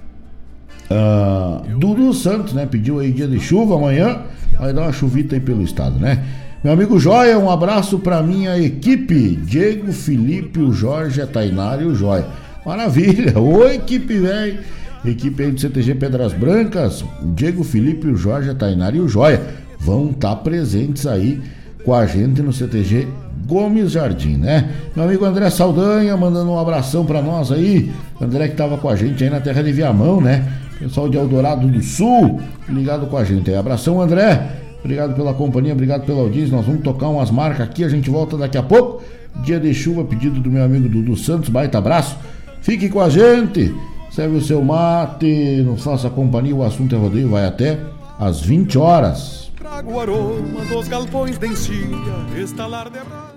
uh, Dudu Santos, né? Pediu aí dia de chuva amanhã, vai dar uma chuvita aí pelo estado, né? Meu amigo Joia, um abraço pra minha equipe, Diego, Felipe, o Jorge, a Tainara e o Joia. Maravilha, oi equipe, velho. Equipe aí do C T G Pedras Brancas, o Diego, Felipe, o Jorge, a Tainara e o Joia vão estar presentes aí com a gente no C T G Gomes Jardim, né? Meu amigo André Saldanha mandando um abração pra nós aí. André que tava com a gente aí na terra de Viamão, né? Pessoal de Eldorado do Sul ligado com a gente aí. Abração, André. Obrigado pela companhia, obrigado pela audiência. Nós vamos tocar umas marcas aqui, a gente volta daqui a pouco. Dia de chuva, pedido do meu amigo Dudu Santos, baita abraço. Fique com a gente, serve o seu mate, nos faça companhia, o assunto é rodeio, vai até às vinte horas. Trago o aroma dos galpões de encilha, estalar de braço.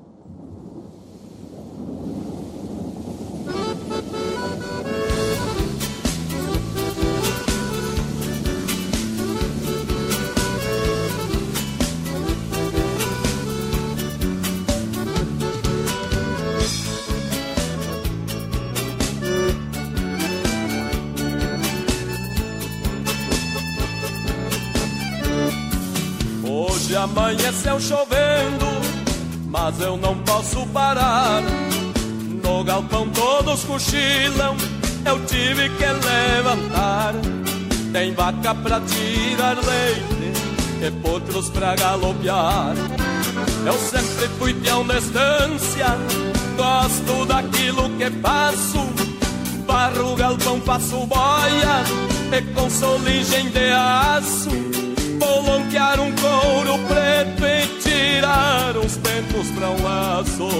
Amanheceu chovendo, mas eu não posso parar. No galpão todos cochilam, eu tive que levantar. Tem vaca pra tirar leite e potros pra galopear. Eu sempre fui peão de estância, gosto daquilo que faço. Barro o galpão, faço boia e com soligem de aço. Vou lonquear um couro preto e tirar uns pentos pra um laço.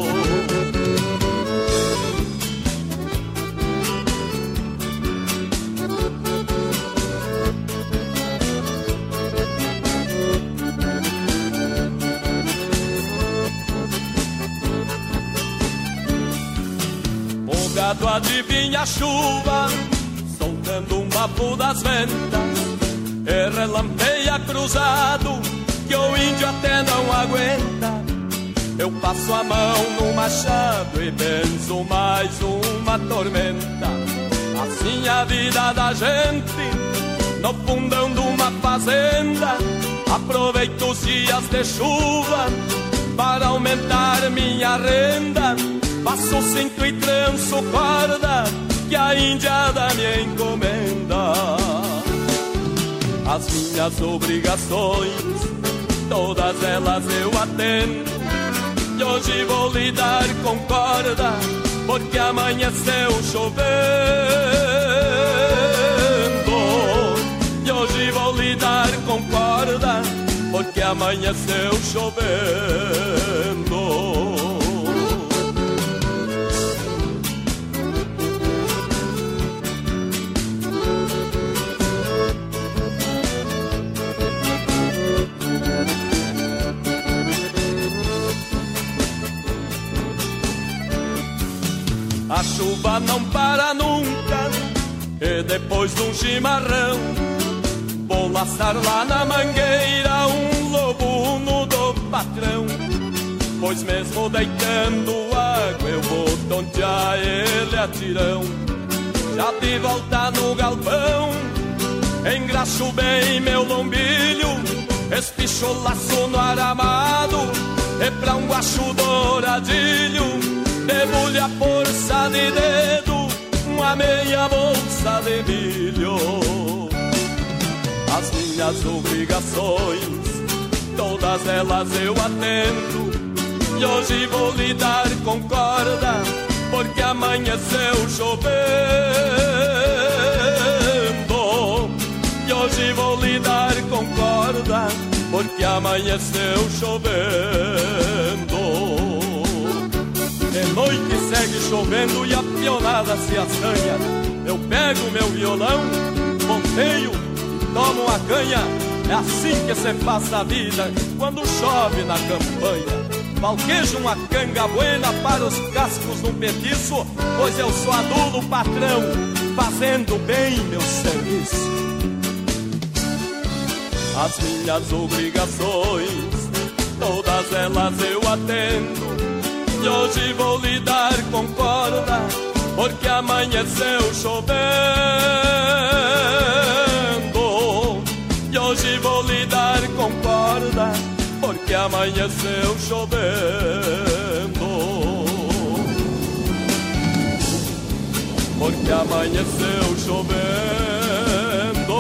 O gado adivinha a chuva, soltando um bafo das ventas. E relampeia cruzado, que o índio até não aguenta. Eu passo a mão no machado e benzo mais uma tormenta. Assim a vida da gente, no fundão de uma fazenda. Aproveito os dias de chuva para aumentar minha renda. Passo cinto e tranço corda, que a índiada me encomenda. As minhas obrigações, todas elas eu atendo. E hoje vou lidar com corda, porque amanheceu chovendo. E hoje vou lidar com corda, porque amanheceu chovendo. a chuva não para nunca. E depois de um chimarrão, vou laçar lá na mangueira um lobuno do patrão. Pois mesmo deitando água eu vou tontear ele a tirão. Já de volta no galpão, engraxo bem meu lombilho, espicho o laço no aramado, e pra um guacho douradilho debulhe a força de dedo uma meia bolsa de milho. As minhas obrigações, todas elas eu atendo, e hoje vou lidar com corda, porque amanheceu chovendo. E hoje vou lidar com corda, porque amanheceu chovendo. De noite segue chovendo e a pionada se assanha. Eu pego meu violão, ponteio, tomo uma canha. É assim que se passa a vida quando chove na campanha. Falquejo uma canga buena para os cascos num petiço, pois eu sou adulo patrão, fazendo bem meu serviço. As minhas obrigações, todas elas eu atendo, e hoje vou lidar com corda, porque amanheceu chovendo. E hoje vou lidar com corda, porque amanheceu chovendo. Porque amanheceu chovendo.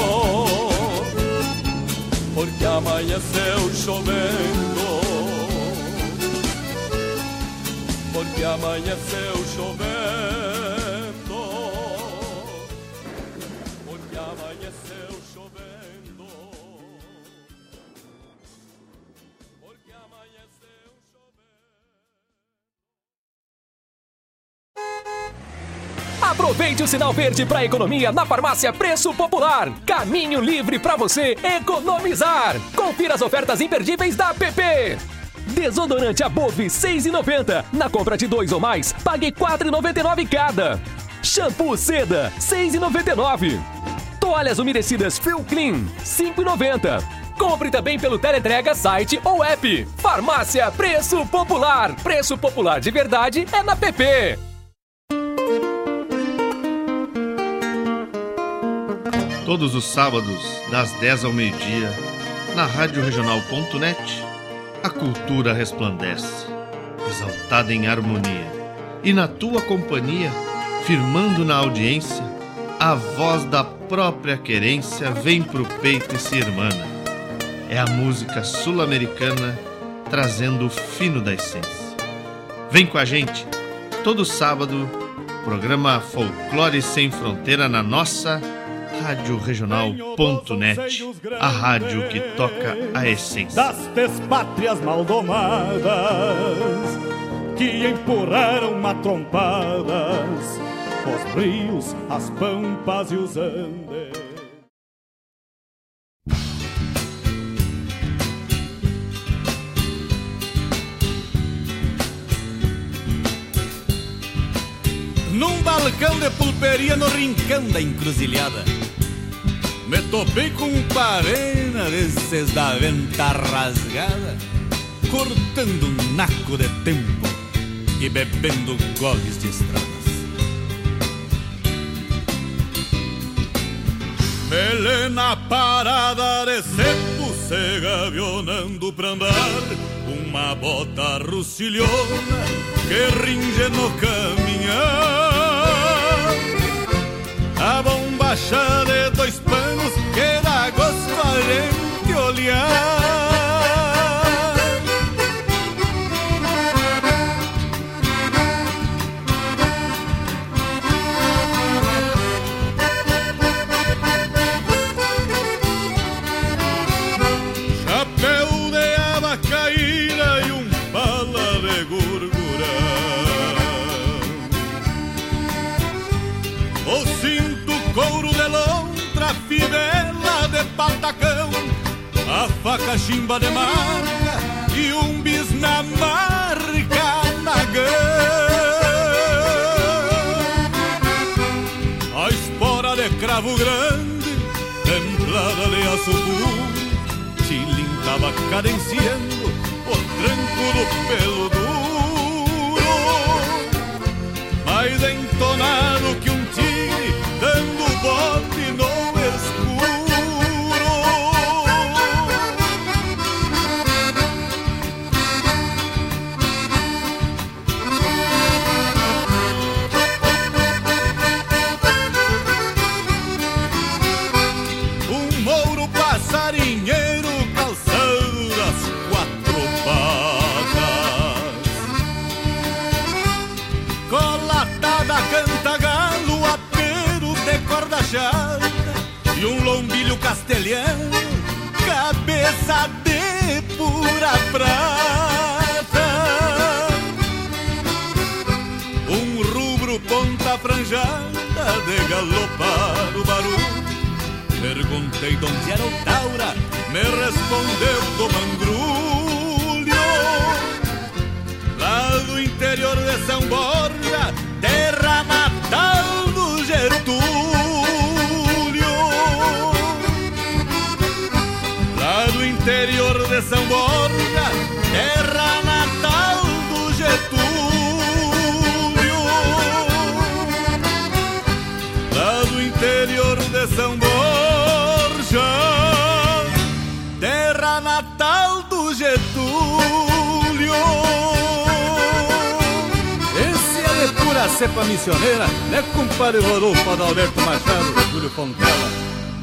Porque amanheceu chovendo. Porque amanheceu chovendo. Porque amanheceu chovendo. Porque amanheceu chovendo. Aproveite o sinal verde para economia na farmácia Preço Popular. Caminho livre para você economizar. Confira as ofertas imperdíveis da P P. Desodorante Above seis reais e noventa centavos. Na compra de dois ou mais, pague quatro reais e noventa e nove centavos cada. Shampoo Seda, seis reais e noventa e nove centavos. Toalhas umedecidas Feel Clean, cinco reais e noventa centavos. Compre também pelo teleentrega, site ou app. Farmácia Preço Popular. Preço Popular de verdade é na P P. Todos os sábados, das dez ao meio-dia, na rádio regional ponto net, a cultura resplandece, exaltada em harmonia. E na tua companhia, firmando na audiência, a voz da própria querência vem pro peito e se irmana. É a música sul-americana trazendo o fino da essência. Vem com a gente, todo sábado, programa Folclore Sem Fronteira na nossa rádio regional ponto net, a rádio que toca a essência das despátrias maldomadas que empurraram matrompadas os rios, as pampas e os andes. Num balcão de pulperia no rincão da encruzilhada, me topei com um parena desses da venta rasgada, cortando um naco de tempo e bebendo goles de estradas. Melena parada de cepo, se gavionando pra andar, uma bota rucilhona que ringe no caminhar. A bombacha de dois panos que dá gosto a gente olhar. Chapéu de aba caída e um bala de gurgura. O cinto couro de lontra, fivela de patacão, a faca chimba de marca e um bis na marca nagão. espora de cravo grande, templada de aço puro, tilintava cadenciando o tranco do pelo duro, mais entonado que um tigre dando bote no escuro. Um mouro passarinheiro calçando as quatro patas, colatada canta galo, apero de corda chata e um lombilho castelhano, cabeça de pura prata. Um rubro ponta franjada de galopar o barulho. Perguntei de onde era o taura, me respondeu do Mangrulho, lá do interior de São Borja, terra natal do Getúlio. Lá do interior de São Borja, terra natal do Getúlio. Lá do interior de São Borja, terra natal do Getúlio. Esse é de pura cepa missioneira, né, compadre Rodolfo Adalberto Machado, Júlio Fontela.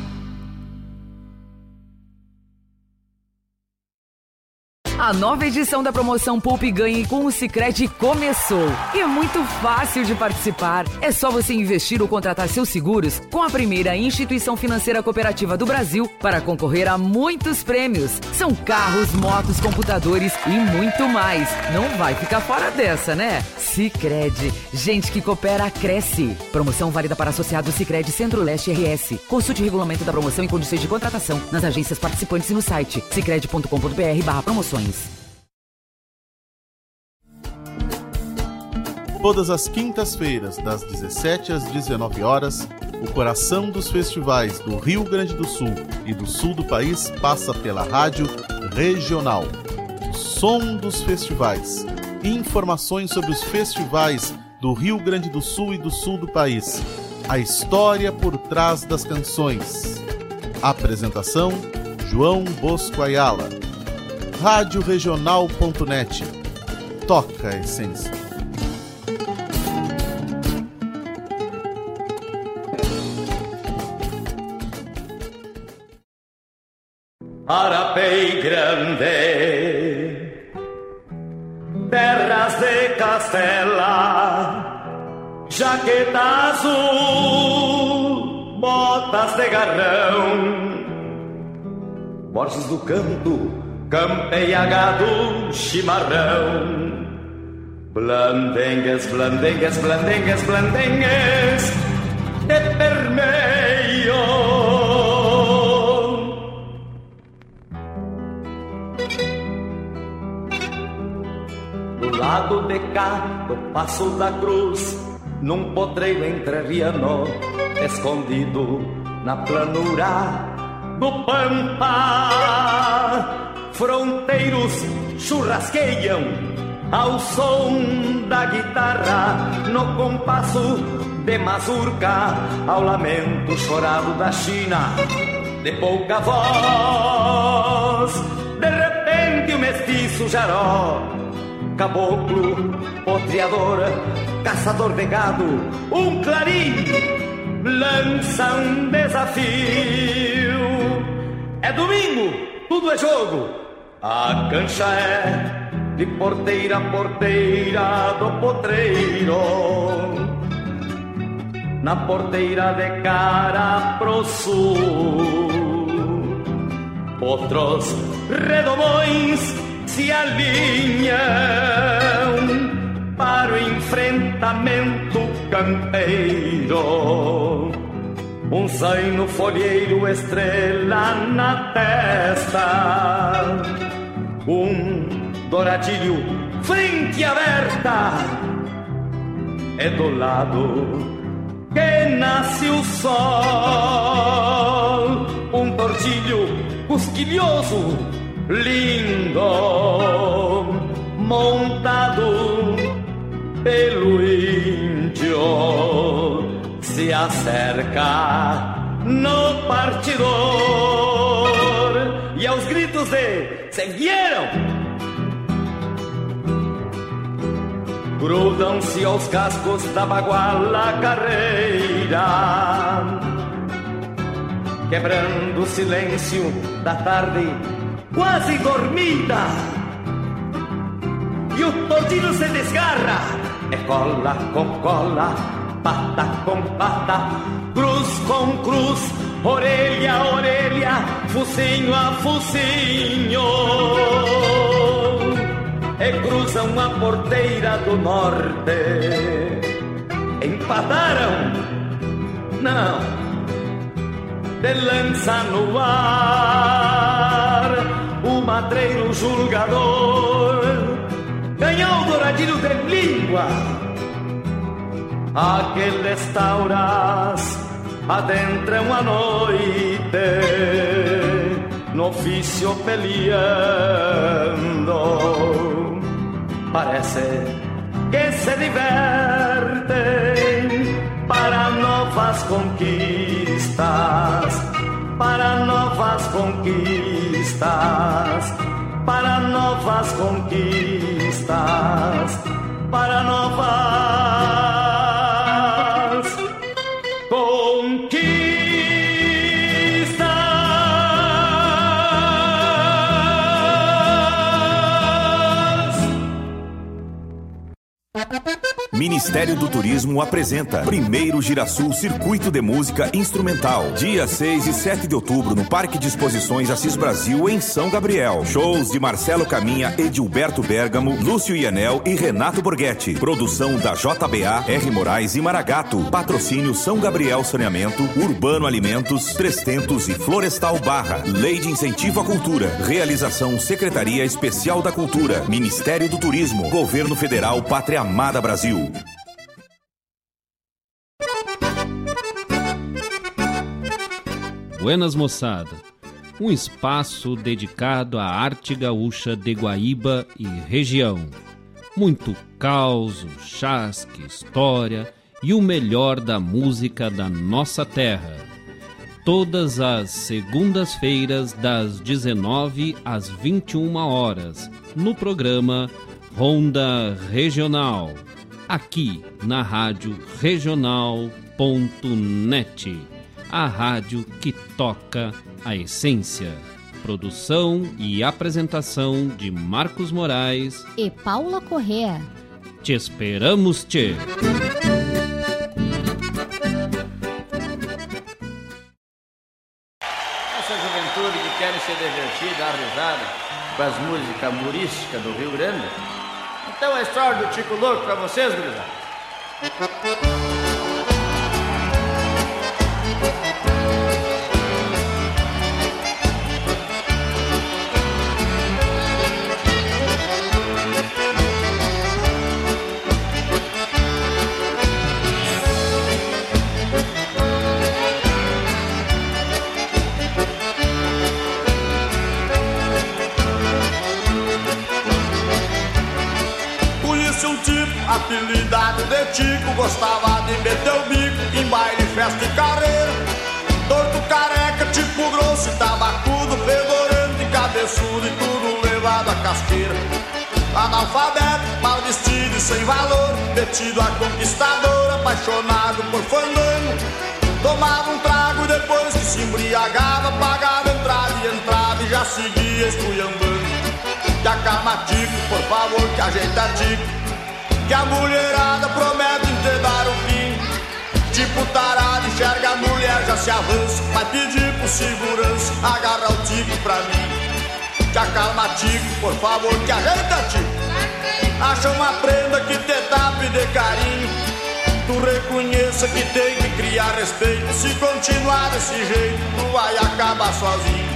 A nova edição da promoção Poupe Ganhe com o Sicredi começou. E é muito fácil de participar. É só você investir ou contratar seus seguros com a primeira instituição financeira cooperativa do Brasil para concorrer a muitos prêmios. São carros, motos, computadores e muito mais. Não vai ficar fora dessa, né? Sicredi. Gente que coopera, cresce. Promoção válida para associados Sicredi Centro-Leste R S. Consulte o regulamento da promoção e condições de contratação nas agências participantes e no site sicredi ponto com ponto br barra promoções. Todas as quintas-feiras, das dezessete às dezenove horas, o coração dos festivais do Rio Grande do Sul e do sul do país passa pela Rádio Regional. O som dos festivais. Informações sobre os festivais do Rio Grande do Sul e do sul do país. A história por trás das canções. Apresentação: João Bosco Ayala. rádio regional ponto net. Toca a essência. Arapei grande, terras de Castela, jaqueta azul, botas de garrão, Borges do Campo, campeia gado, chimarrão, blandengues, blandengues, blandengues, blandengues, de permeio. Do lado de cá, do Passo da Cruz, num potreiro entrerriano, escondido na planura do Pampa, fronteiros churrasqueiam ao som da guitarra, no compasso de mazurca, ao lamento chorado da China, de pouca voz. De repente o mestiço Jaró, caboclo, potreador, caçador de gado, um clarim lança um desafio. É domingo, tudo é jogo, a cancha é de porteira a porteira do potreiro, na porteira de cara pro sul. Outros redomões se alinham para o enfrentamento campeiro. Um zaino folheiro, estrela na testa, um douradilho, frente aberta, é do lado que nasce o sol, um tortilho cosquilhoso, lindo, montado pelo índio, se acerca no partidor e aos gritos de "se vieram!" grudam-se aos cascos da baguala carreira, quebrando o silêncio da tarde quase dormida. E o tordilho se desgarra, é cola com cola, pata com pata, cruz com cruz, orelha a orelha, focinho a focinho. E cruzam a porteira do norte. Empataram? Não. De lança no ar, o matreiro julgador ganhou o douradilho de língua. Aqueles tauras adentram a noite no ofício peleando. Parece que se divertem para novas conquistas, para novas conquistas, para novas conquistas, para novas conquistas. Ministério do Turismo apresenta Primeiro Girasul Circuito de Música Instrumental. Dia seis e sete de outubro no Parque de Exposições Assis Brasil, em São Gabriel. Shows de Marcelo Caminha, Edilberto Bergamo, Lúcio Ianel e Renato Borghetti. Produção da J B A, R. Moraes e Maragato. Patrocínio São Gabriel Saneamento, Urbano Alimentos, Trestentos e Florestal Barra. Lei de Incentivo à Cultura. Realização Secretaria Especial da Cultura. Ministério do Turismo. Governo Federal, Pátria Amada Brasil. Buenas moçada, um espaço dedicado à arte gaúcha de Guaíba e região. Muito causo, chasque, história e o melhor da música da nossa terra. Todas as segundas-feiras das dezenove às vinte e uma horas, no programa Ronda Regional, aqui na rádio regional ponto net. A rádio que toca a essência. Produção e apresentação de Marcos Moraes e Paula Correa. Te esperamos, tchê! Essa juventude que quer se divertir, dar risada com as músicas humorísticas do Rio Grande. Então a história do Tico Louco pra vocês, gurizada. Apelidado de Tico, gostava de meter o bico em baile, festa e carreira. Torto, careca, tipo grosso, tabacudo, fedorento e cabeçudo e tudo levado a casqueira. Analfabeto, mal vestido e sem valor, metido a conquistador, apaixonado por fandango. Tomava um trago e depois que se embriagava, pagava entrada e entrava e já seguia esculhambando. Que acalma Tico, por favor, que ajeita Tico, que a mulherada promete te dar o fim. Tipo tarado, enxerga a mulher, já se avança, vai pedir por segurança, agarra o Tico pra mim. Que acalma Tico, por favor, que ajeita Tico. Acha uma prenda que te tape de carinho. Tu reconheça que tem que criar respeito. Se continuar desse jeito, tu vai acabar sozinho.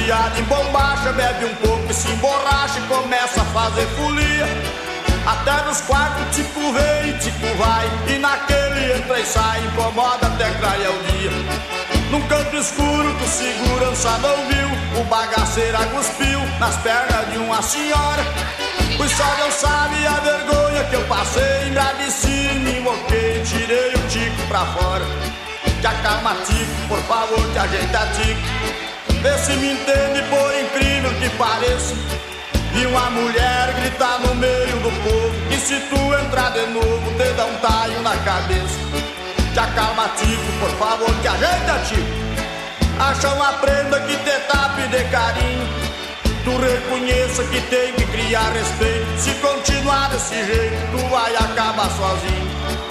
viciado em bombacha, bebe um pouco e se emborracha e começa a fazer folia. Até nos quartos Tico vem, Tico vai, e naquele entra e sai, incomoda até clarear o dia. Num canto escuro que o segurança não viu, o bagaceiro cuspiu nas pernas de uma senhora. Pois só Deus sabe a vergonha que eu passei, embraveci, me invoquei, tirei o Tico pra fora. Te acalma, Tico, por favor, te ajeita, Tico. Vê se me entende, por incrível que pareça. E uma mulher gritar no meio do povo, que se tu entrar de novo, te dá um taio na cabeça. Te acalma, Tico, por favor, te ajeita, Tico. Acha uma prenda que te tape de carinho. Tu reconheça que tem que criar respeito. Se continuar desse jeito, tu vai acabar sozinho.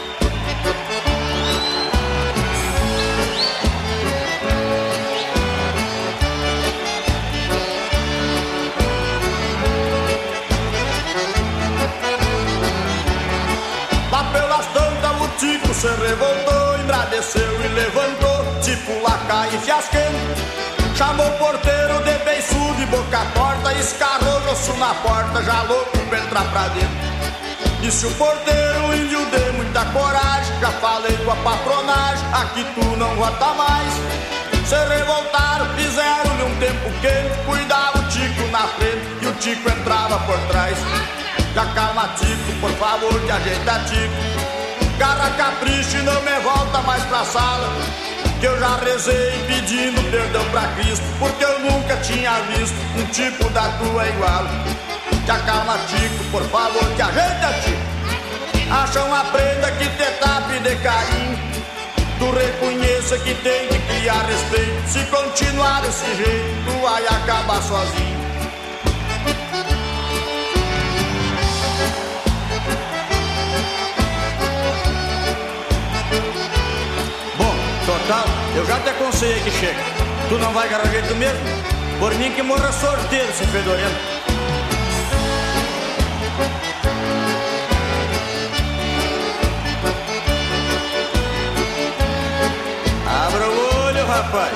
Lá pelas tantas o Tico se revoltou, embraveceu e levantou, tipo lacaio e fiasquento. Chamou o porteiro de beiçudo e boca torta, escarrou o osso na porta, já louco pra entrar pra dentro. Disse o porteiro, índio de muita coragem, já falei com a patronagem, aqui tu não volta mais. Se revoltaram, fizeram-lhe um tempo quente, cuidava o Tico na frente e o Tico entrava por trás. Já calma, Tico, por favor, te ajeita, Tico. Garra capricho e não me volta mais pra sala, que eu já rezei pedindo perdão pra Cristo, porque eu nunca tinha visto um tipo da tua igual. Te acalma, Tico, por favor, te ajeita, Tico. Acha uma prenda que te tape de carinho. Tu reconheça que tem que criar respeito. Se continuar desse jeito, tu vai acabar sozinho. Total, eu já te aconselhei que chega. Tu não vai agarrar jeito mesmo? Por mim que morra sorteiro, esse fedorento. Abra o olho, rapaz.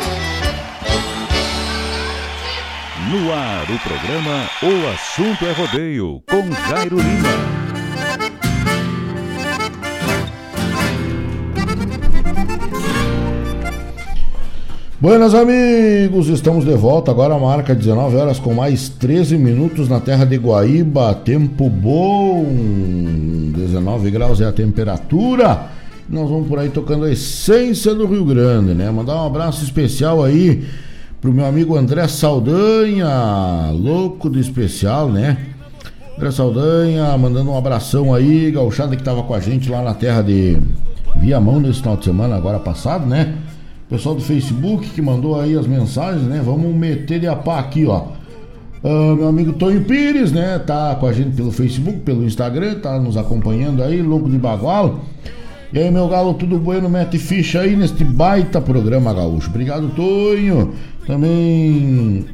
No ar, o programa O Assunto é Rodeio, com Jairo Lima. Buenas, amigos, estamos de volta, agora marca dezenove horas com mais treze minutos na terra de Guaíba, tempo bom, dezenove graus é a temperatura. Nós vamos por aí tocando a essência do Rio Grande, né? Mandar um abraço especial aí pro meu amigo André Saldanha, louco do especial, né? André Saldanha, mandando um abração aí, gauchada que tava com a gente lá na terra de Viamão nesse final de semana agora passado, né? Pessoal do Facebook que mandou aí as mensagens, né? Vamos meter de a pá aqui, ó. Uh, meu amigo Tonho Pires, né? Tá com a gente pelo Facebook, pelo Instagram, tá nos acompanhando aí, louco de bagual. E aí, meu galo, tudo bueno? Mete ficha aí neste baita programa gaúcho. Obrigado, Tonho. Também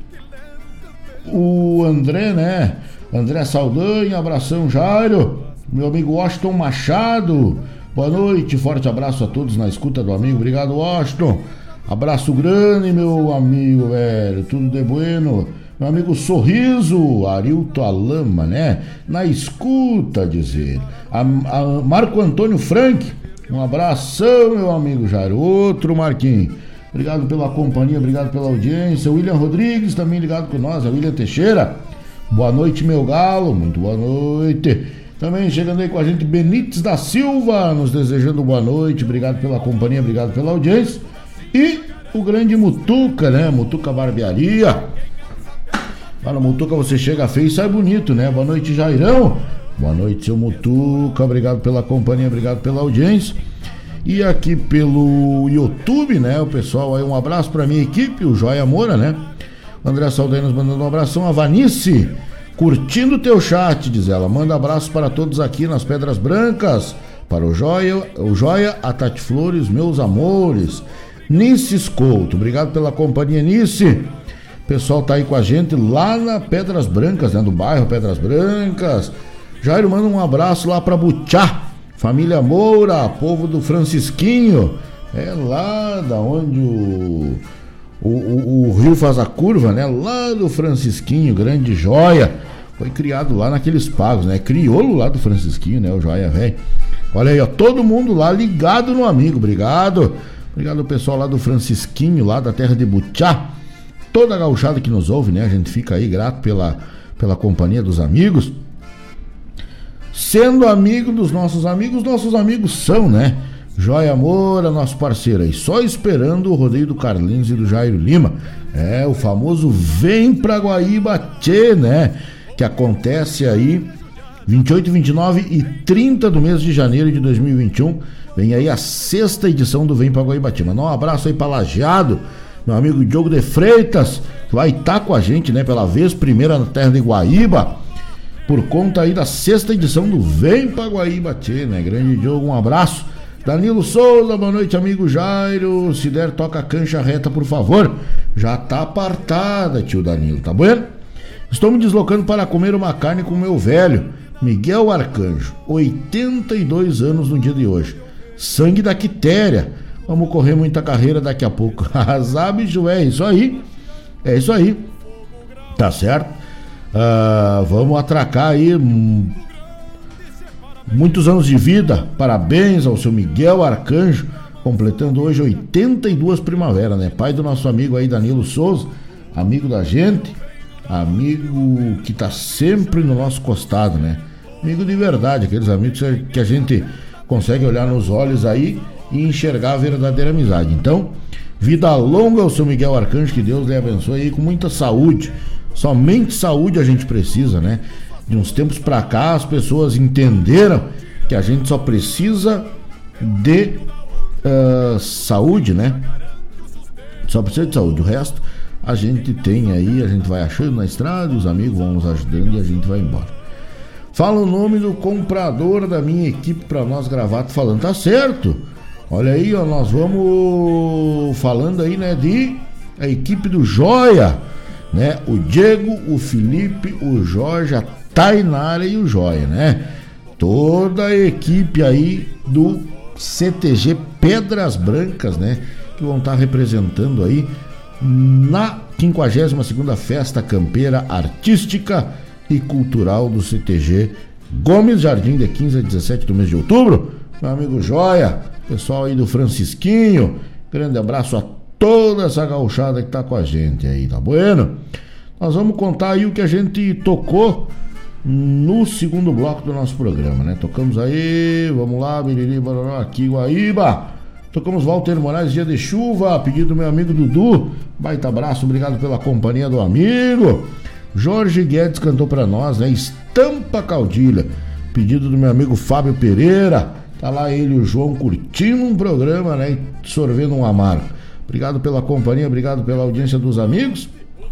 o André, né? André Saldanha, abração, Jairo. Meu amigo Washington Machado. Boa noite, forte abraço a todos na escuta do amigo. Obrigado, Washington. Abraço grande, meu amigo, velho. Tudo de bueno. Meu amigo Sorriso, Arilto Alama, né? Na escuta, dizer. A, a Marco Antônio Frank, um abração, meu amigo Jairo. Outro Marquinhos. Obrigado pela companhia, obrigado pela audiência. William Rodrigues também ligado com nós. A William Teixeira. Boa noite, meu galo. Muito boa noite. Também chegando aí com a gente, Benites da Silva, nos desejando boa noite, obrigado pela companhia, obrigado pela audiência. E o grande Mutuca, né? Mutuca Barbearia. Fala, Mutuca, você chega feio e sai bonito, né? Boa noite, Jairão. Boa noite, seu Mutuca, obrigado pela companhia, obrigado pela audiência. E aqui pelo YouTube, né? O pessoal aí, um abraço pra minha equipe, o Joia Moura, né? O André Saldanha nos mandando um abração, a Vanice. Curtindo o teu chat, diz ela. Manda abraço para todos aqui nas Pedras Brancas. Para o Joia, o Joia, a Tati Flores, meus amores. Nice Couto, obrigado pela companhia, Nice. O pessoal tá aí com a gente lá na Pedras Brancas, né? Do bairro Pedras Brancas. Jairo, manda um abraço lá para Butiá. Família Moura, povo do Francisquinho. É lá da onde o... o, o, o rio faz a curva, né? Lá do Francisquinho, grande joia. Foi criado lá naqueles pagos, né? Crioulo lá do Francisquinho, né? O joia velho. Olha aí, ó, todo mundo lá ligado no amigo. Obrigado. Obrigado ao pessoal lá do Francisquinho, lá da terra de Butiá. Toda a gauchada que nos ouve, né? A gente fica aí grato pela, pela companhia dos amigos. Sendo amigo dos nossos amigos, nossos amigos são, né? Joia Moura, nosso parceiro aí, só esperando o rodeio do Carlinhos e do Jairo Lima. É, o famoso Vem pra Guaíba Tchê, né? Que acontece aí vinte e oito, vinte e nove e trinta do mês de janeiro de dois mil e vinte e um. Vem aí a sexta edição do Vem pra Guaíba Tchê. Mandar um abraço aí pra Lajeado, meu amigo Diogo de Freitas, que vai estar com a gente, né? Pela vez primeira na terra de Guaíba, por conta aí da sexta edição do Vem pra Guaíba Tchê, né? Grande Diogo, um abraço. Danilo Souza, boa noite, amigo Jairo. Se der, toca a cancha reta, por favor. Já tá apartada, tio Danilo, tá bueno? Estou me deslocando para comer uma carne com meu velho Miguel Arcanjo, oitenta e dois anos no dia de hoje. Sangue da quitéria. Vamos correr muita carreira daqui a pouco. Azar, bicho, é isso aí. É isso aí. Tá certo? Uh, vamos atracar aí. Hum, muitos anos de vida. Parabéns ao seu Miguel Arcanjo, completando hoje oitenta e duas primaveras, né? Pai do nosso amigo aí, Danilo Souza, amigo da gente, amigo que tá sempre no nosso costado, né? Amigo de verdade, aqueles amigos que a gente consegue olhar nos olhos aí e enxergar a verdadeira amizade. Então, vida longa ao seu Miguel Arcanjo, que Deus lhe abençoe aí com muita saúde. Somente saúde a gente precisa, né? De uns tempos pra cá as pessoas entenderam que a gente só precisa de uh, saúde, né? Só precisa de saúde. O resto a gente tem aí, a gente vai achando na estrada, os amigos vão nos ajudando e a gente vai embora. Fala o nome do comprador da minha equipe pra nós gravar, falando, tá certo? Olha aí, ó, nós vamos falando aí, né, de a equipe do Joia, né? O Diego, o Felipe, o Jorge, a Tainara e o Joia, né? Toda a equipe aí do C T G Pedras Brancas, né? Que vão estar representando aí na quinquagésima segunda Festa Campeira Artística e Cultural do C T G Gomes Jardim, de quinze a dezessete do mês de outubro. Meu amigo Joia, pessoal aí do Francisquinho, grande abraço a toda essa gauchada que tá com a gente aí, tá bueno? Nós vamos contar aí o que a gente tocou no segundo bloco do nosso programa, né? Tocamos aí, vamos lá, Biriri, Baroró, aqui, Guaíba. Tocamos Walter Moraes, Dia de Chuva, pedido do meu amigo Dudu. Baita abraço, obrigado pela companhia do amigo. Jorge Guedes cantou pra nós, né? Estampa Caudilha, pedido do meu amigo Fábio Pereira. Tá lá ele e o João curtindo um programa, né? E sorvendo um amargo. Obrigado pela companhia, obrigado pela audiência dos amigos.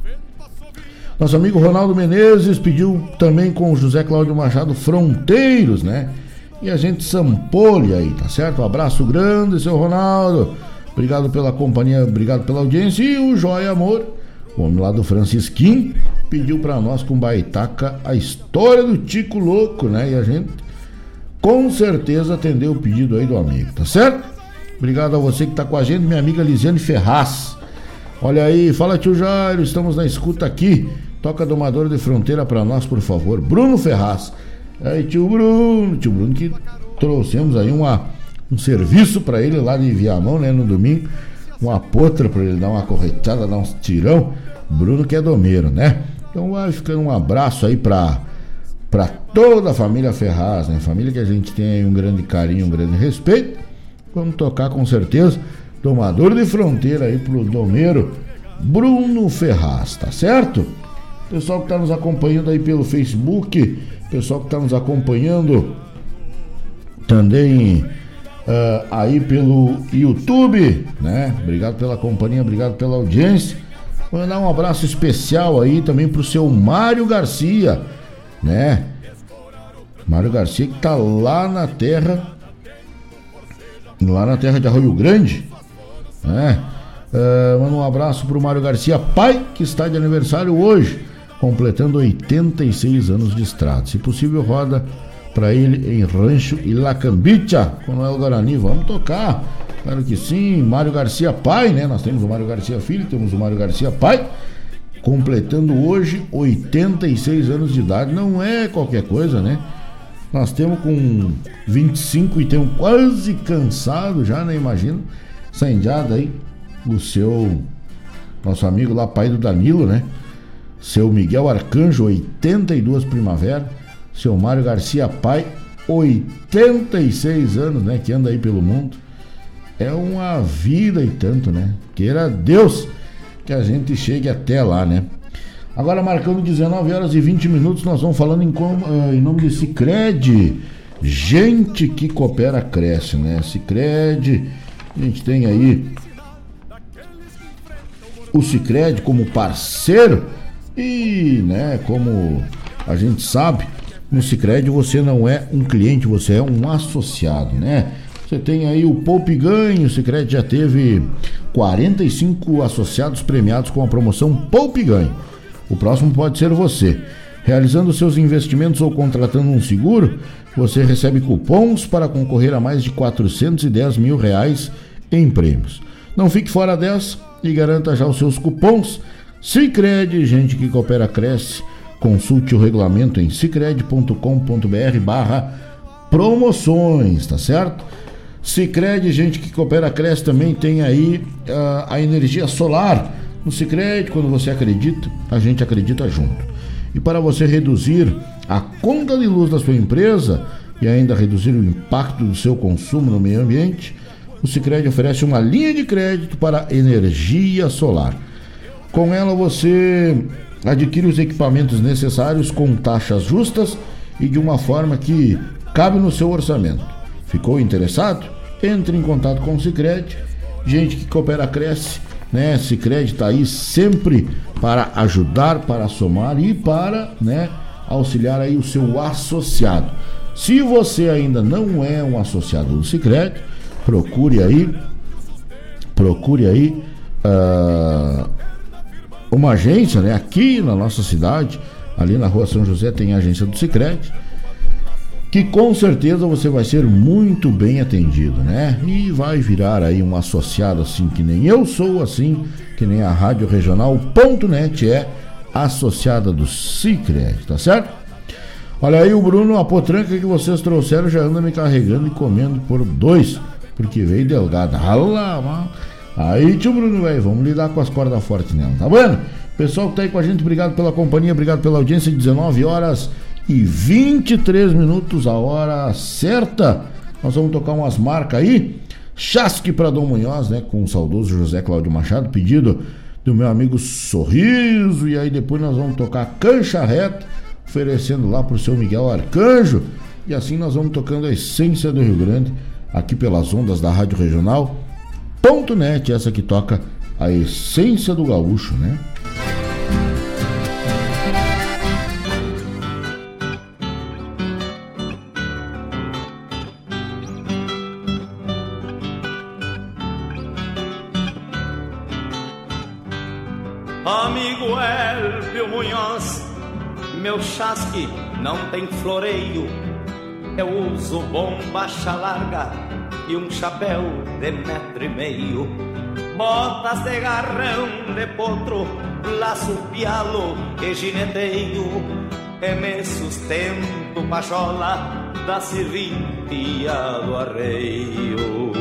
Nosso amigo Ronaldo Menezes pediu também com o José Cláudio Machado Fronteiros, né? E a gente sampou-lhe aí, tá certo? Um abraço grande, seu Ronaldo. Obrigado pela companhia, obrigado pela audiência. E o Joia Amor, o homem lá do Francisquinho, pediu pra nós com baitaca a história do Tico Louco, né? E a gente com certeza atendeu o pedido aí do amigo, tá certo? Obrigado a você que tá com a gente, minha amiga Lisiane Ferraz. Olha aí, fala tio Jairo, estamos na escuta aqui. Toca Domador de Fronteira pra nós, por favor. Bruno Ferraz. Aí, tio Bruno, tio Bruno que trouxemos aí uma, um serviço pra ele lá de Viamão, né, no domingo. Uma potra pra ele dar uma corretada, dar uns tirão. Bruno que é domeiro, né? Então vai ficando um abraço aí pra, pra toda a família Ferraz, né? Família que a gente tem aí um grande carinho, um grande respeito. Vamos tocar com certeza Domador de Fronteira aí pro domeiro Bruno Ferraz, tá certo? Pessoal que tá nos acompanhando aí pelo Facebook, pessoal que tá nos acompanhando também uh, aí pelo YouTube, né? Obrigado pela companhia, obrigado pela audiência. Vou mandar um abraço especial aí também pro seu Mário Garcia, né? Mário Garcia que tá lá na terra, lá na terra de Arroio Grande, né? Uh, manda um abraço pro Mário Garcia, pai, que está de aniversário hoje, completando oitenta e seis anos de estrada. Se possível, roda para ele em Rancho e Lacambicha, Coronel Guarani. Vamos tocar, claro que sim. Mário Garcia Pai, né? Nós temos o Mário Garcia Filho, temos o Mário Garcia Pai, completando hoje oitenta e seis anos de idade. Não é qualquer coisa, né? Nós temos com vinte e cinco e temos quase cansado já, né? Imagina, essa indiada aí, o seu, nosso amigo lá, pai do Danilo, né? Seu Miguel Arcanjo, oitenta e duas primavera. Seu Mário Garcia Pai, oitenta e seis anos, né? Que anda aí pelo mundo. É uma vida e tanto, né? Queira Deus que a gente chegue até lá, né? Agora, marcando dezenove horas e vinte minutos, nós vamos falando em, uh, em nome de Sicredi. Gente que coopera, cresce, né? Sicredi, a gente tem aí o Sicredi como parceiro e, né, como a gente sabe, no Sicredi você não é um cliente, você é um associado, né? Você tem aí o Poupe Ganhe. O Sicredi já teve quarenta e cinco associados premiados com a promoção Poupe Ganhe. O próximo pode ser você. Realizando seus investimentos ou contratando um seguro, você recebe cupons para concorrer a mais de quatrocentos e dez mil reais em prêmios. Não fique fora dessa e garanta já os seus cupons. Sicredi, gente que coopera, cresce. Consulte o regulamento em sicredi ponto com ponto br barra promoções, tá certo? Sicredi, gente que coopera, cresce, também tem aí uh, a energia solar. No Sicredi, quando você acredita, a gente acredita junto. E para você reduzir a conta de luz da sua empresa e ainda reduzir o impacto do seu consumo no meio ambiente, o Sicredi oferece uma linha de crédito para energia solar. Com ela você adquire os equipamentos necessários com taxas justas e de uma forma que cabe no seu orçamento. Ficou interessado? Entre em contato com o Sicredi. Gente que coopera, cresce, né? Sicredi está aí sempre para ajudar, para somar e para, né, auxiliar aí o seu associado. Se você ainda não é um associado do Sicredi, procure aí, procure aí uh, uma agência, né? Aqui na nossa cidade, ali na rua São José, tem a agência do Sicredi, que com certeza você vai ser muito bem atendido, né? E vai virar aí um associado, assim que nem eu sou, assim que nem a Rádio Regional ponto net é associada do Sicredi, tá certo? Olha aí o Bruno, a potranca que vocês trouxeram já anda me carregando e comendo por dois, porque veio delgada. Alá, mano. Aí, tio Bruno, velho, vamos lidar com as cordas fortes nela, tá vendo? Pessoal que tá aí com a gente, obrigado pela companhia, obrigado pela audiência. dezenove horas e vinte e três minutos, a hora certa. Nós vamos tocar umas marcas aí. Chasque para Dom Munhoz, né, com o saudoso José Cláudio Machado, pedido do meu amigo Sorriso. E aí depois nós vamos tocar Cancha Reta, oferecendo lá pro seu Miguel Arcanjo. E assim nós vamos tocando a essência do Rio Grande, aqui pelas ondas da Rádio Regional ponto net, essa que toca a essência do gaúcho, né? Amigo Elvio Munhoz, meu chasque não tem floreio. Eu uso bombacha larga e um chapéu de metro e meio, botas de garrão de potro, laço pialo e gineteio, e me sustento pachola da serventia do arreio.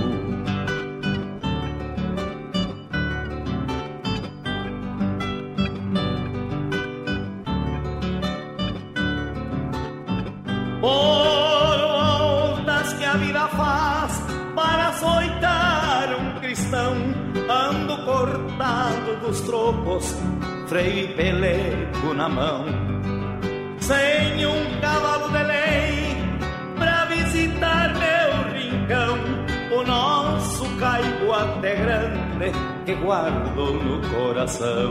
Por voltas que a vida faz para açoitar um cristão, ando cortado dos trocos, freio e pelego na mão, sem um cavalo de lei pra visitar meu rincão, o nosso caibo até grande que guardo no coração.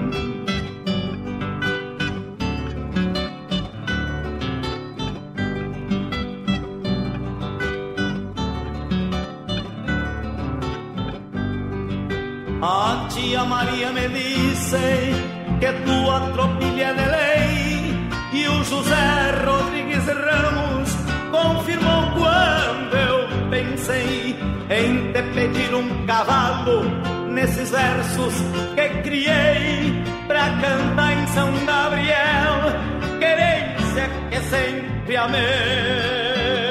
A tia Maria me disse que tua tropilha de lei E o José Rodrigues Ramos confirmou quando eu pensei em te pedir um cavalo nesses versos que criei pra cantar em São Gabriel, querência que sempre amei.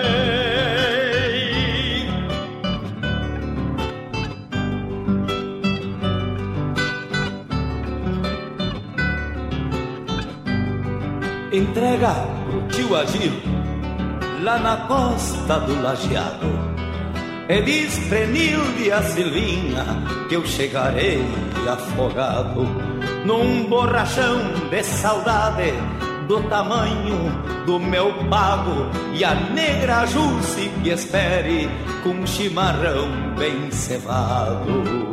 Entrega pro tio Agir lá na costa do Lajeado, e diz pra Nilde e a Silvinha que eu chegarei afogado num borrachão de saudade do tamanho do meu pago, e a negra Jusce que espere com um chimarrão bem cevado.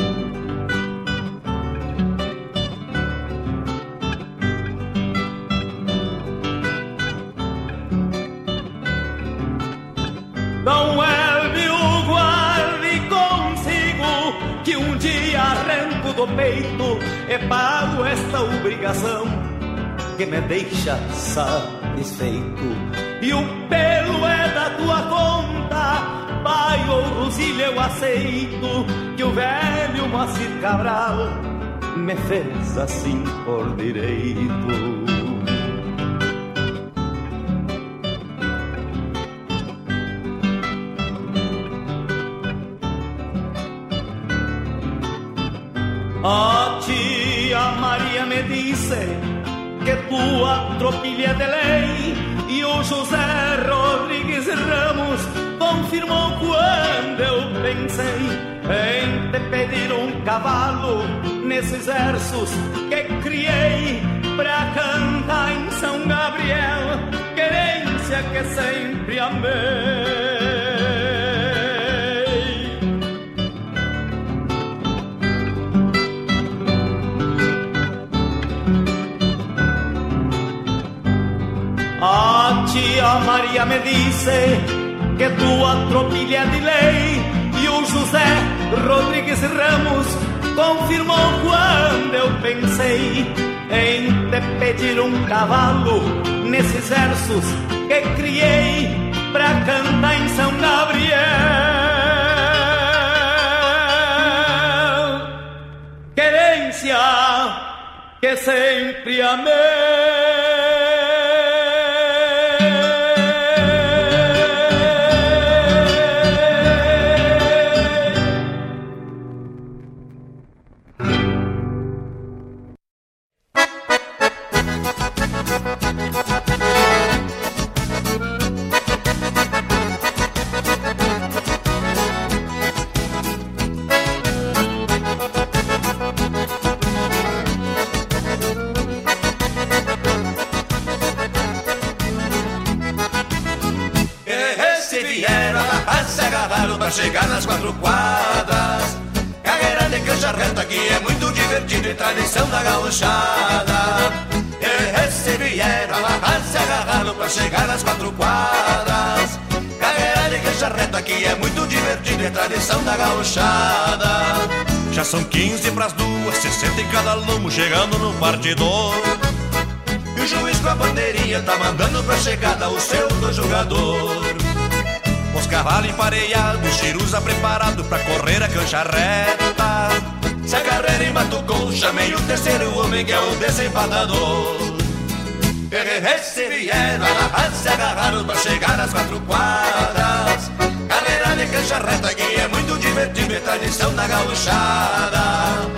Dom Elvio, guarde consigo que um dia arranco do peito e pago esta obrigação que me deixa satisfeito. E o pelo é da tua conta, pai ou Rosilha eu aceito, que o velho Moacir Cabral me fez assim por direito. A tia Maria me disse que tua tropilha de lei, e o José Rodrigues Ramos confirmou quando eu pensei em te pedir um cavalo nesses versos que criei pra cantar em São Gabriel, querência que sempre amei. A tia Maria me disse que tua tropilha de lei, e o José Rodrigues Ramos confirmou quando eu pensei em te pedir um cavalo nesses versos que criei pra cantar em São Gabriel, querência que sempre amei. Pra chegar nas quatro quadras, carreira de cancha reta que é muito divertido e tradição da gauchada. E se vieram a se agarraram pra chegar nas quatro quadras, carreira de cancha reta que é muito divertido e tradição da gauchada. Já são quinze pras duas, sessenta em cada lomo chegando no partidor, e o juiz com a bandeirinha tá mandando pra chegada o seu do jogador. Os cavalos empareados, Chiruza preparado pra correr a cancha reta. Se agarraram e batucou, chamei o terceiro homem que é o desempadador. E se vieram, se agarraram pra chegar nas quatro quadras, carreira de cancha reta que é muito divertido e tradição da gauchada.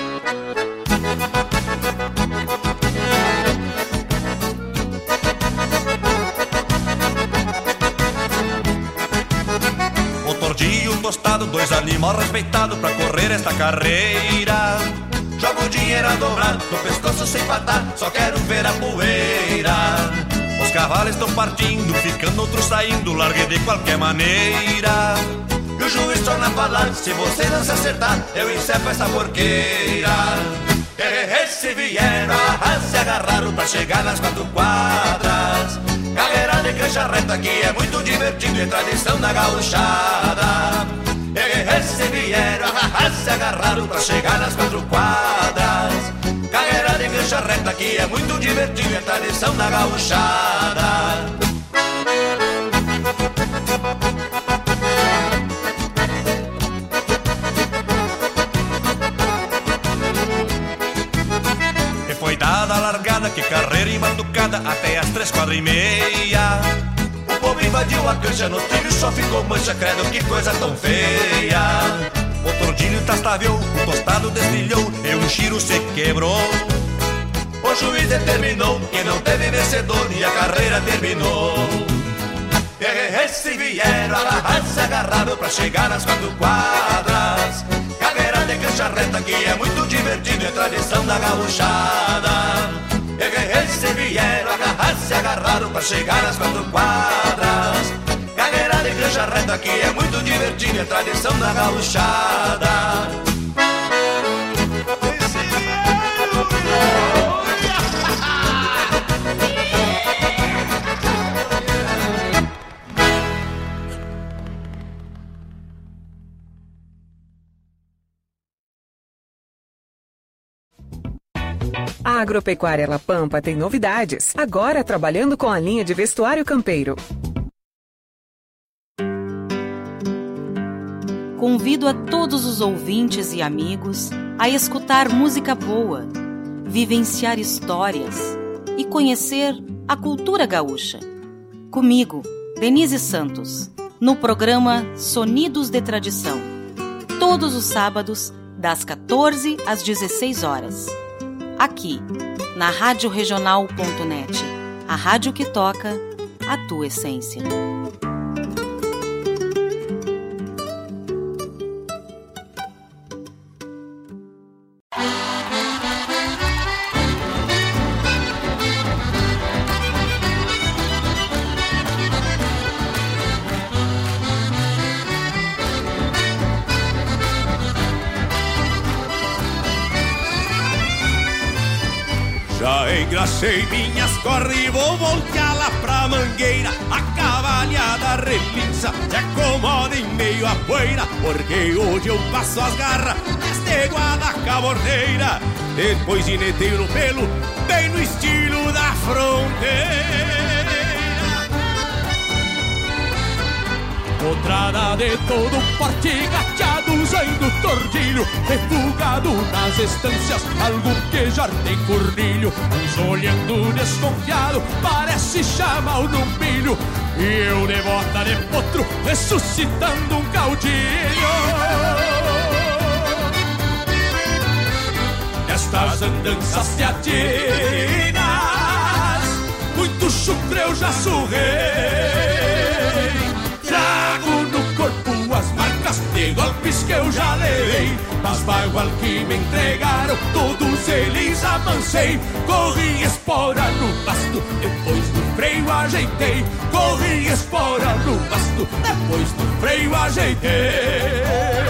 Tostado, dois animais respeitados pra correr esta carreira. Jogo o dinheiro a dobrar, no pescoço sem patar, só quero ver a poeira. Os cavalos estão partindo, ficando outros saindo, largue de qualquer maneira. E o juiz torna a falar, se você não se acertar, eu encepo essa porqueira. E se vieram, se agarraram pra chegar nas quatro quadras, carreira de cancha reta que é muito divertido e tradição da gauchada. E se vieram, se agarraram pra chegar nas quatro quadras, carreira de cancha reta que é muito divertido, é tradição da gauchada. E foi dada a largada, que carreira embanducada, até as três, quatro e meia. O povo invadiu a cancha, no trilho só ficou mancha, credo que coisa tão feia. O tordilho tastaveou, o tostado desfilhou e o enxiro se quebrou. O juiz determinou que não teve vencedor e a carreira terminou. E se vieram, agarrar-se, agarraram pra chegar nas quatro quadras. Carreira de cancha reta que é muito divertido, é tradição da gauchada. E se vieram, agarrar-se, agarraram pra chegar nas quatro quadras. Carreira de cancha reta que é muito divertido, é tradição da gauchada. A Agropecuária La Pampa tem novidades, agora trabalhando com a linha de vestuário campeiro. Convido a todos os ouvintes e amigos a escutar música boa, vivenciar histórias e conhecer a cultura gaúcha. Comigo, Denise Santos, no programa Sonidos de Tradição, todos os sábados, das quatorze às dezesseis horas. Aqui, na rádio regional ponto net, a rádio que toca a tua essência. Engracei minhas corre e vou voltar lá pra mangueira. A cavalhada relincha, se acomoda em meio à poeira, porque hoje eu passo as garras nesta guada cabordeira. Depois gineteio no pelo, bem no estilo da fronteira. Potrada de todo porte, gateado usando tordilho, refugado nas estâncias, algo que já tem cornilho. Uns olhando desconfiado, parece chamar o numpilho, e eu de bota de potro, ressuscitando um caudilho. Nestas andanças teatinas, muito chucre eu já surrei. Trago no corpo as marcas de golpes que eu já levei, mas bagual que me entregaram, todos eles avancei. Corri espora no pasto, depois do freio ajeitei. Corri espora no pasto, depois do freio ajeitei.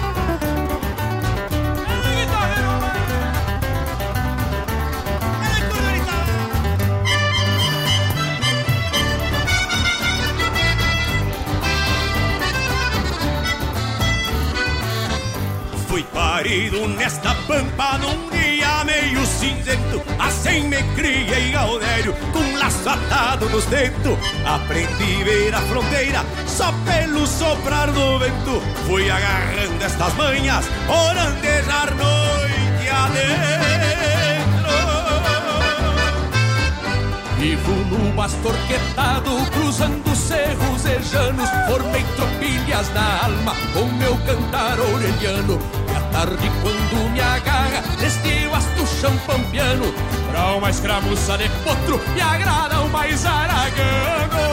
Fui parido nesta pampa num dia meio cinzento, assim me criei gaudério, com laço atado nos dentos. Aprendi a ver a fronteira só pelo soprar do vento. Fui agarrando estas manhas, orandejar noite adentro. Vivo no bastorquetado, cruzando cerros e llanos, formei tropilhas na alma com meu cantar orelhano. E à tarde quando me agarra neste vasto chão pampiano, pra uma escramuça de potro me agrada o mais aragano.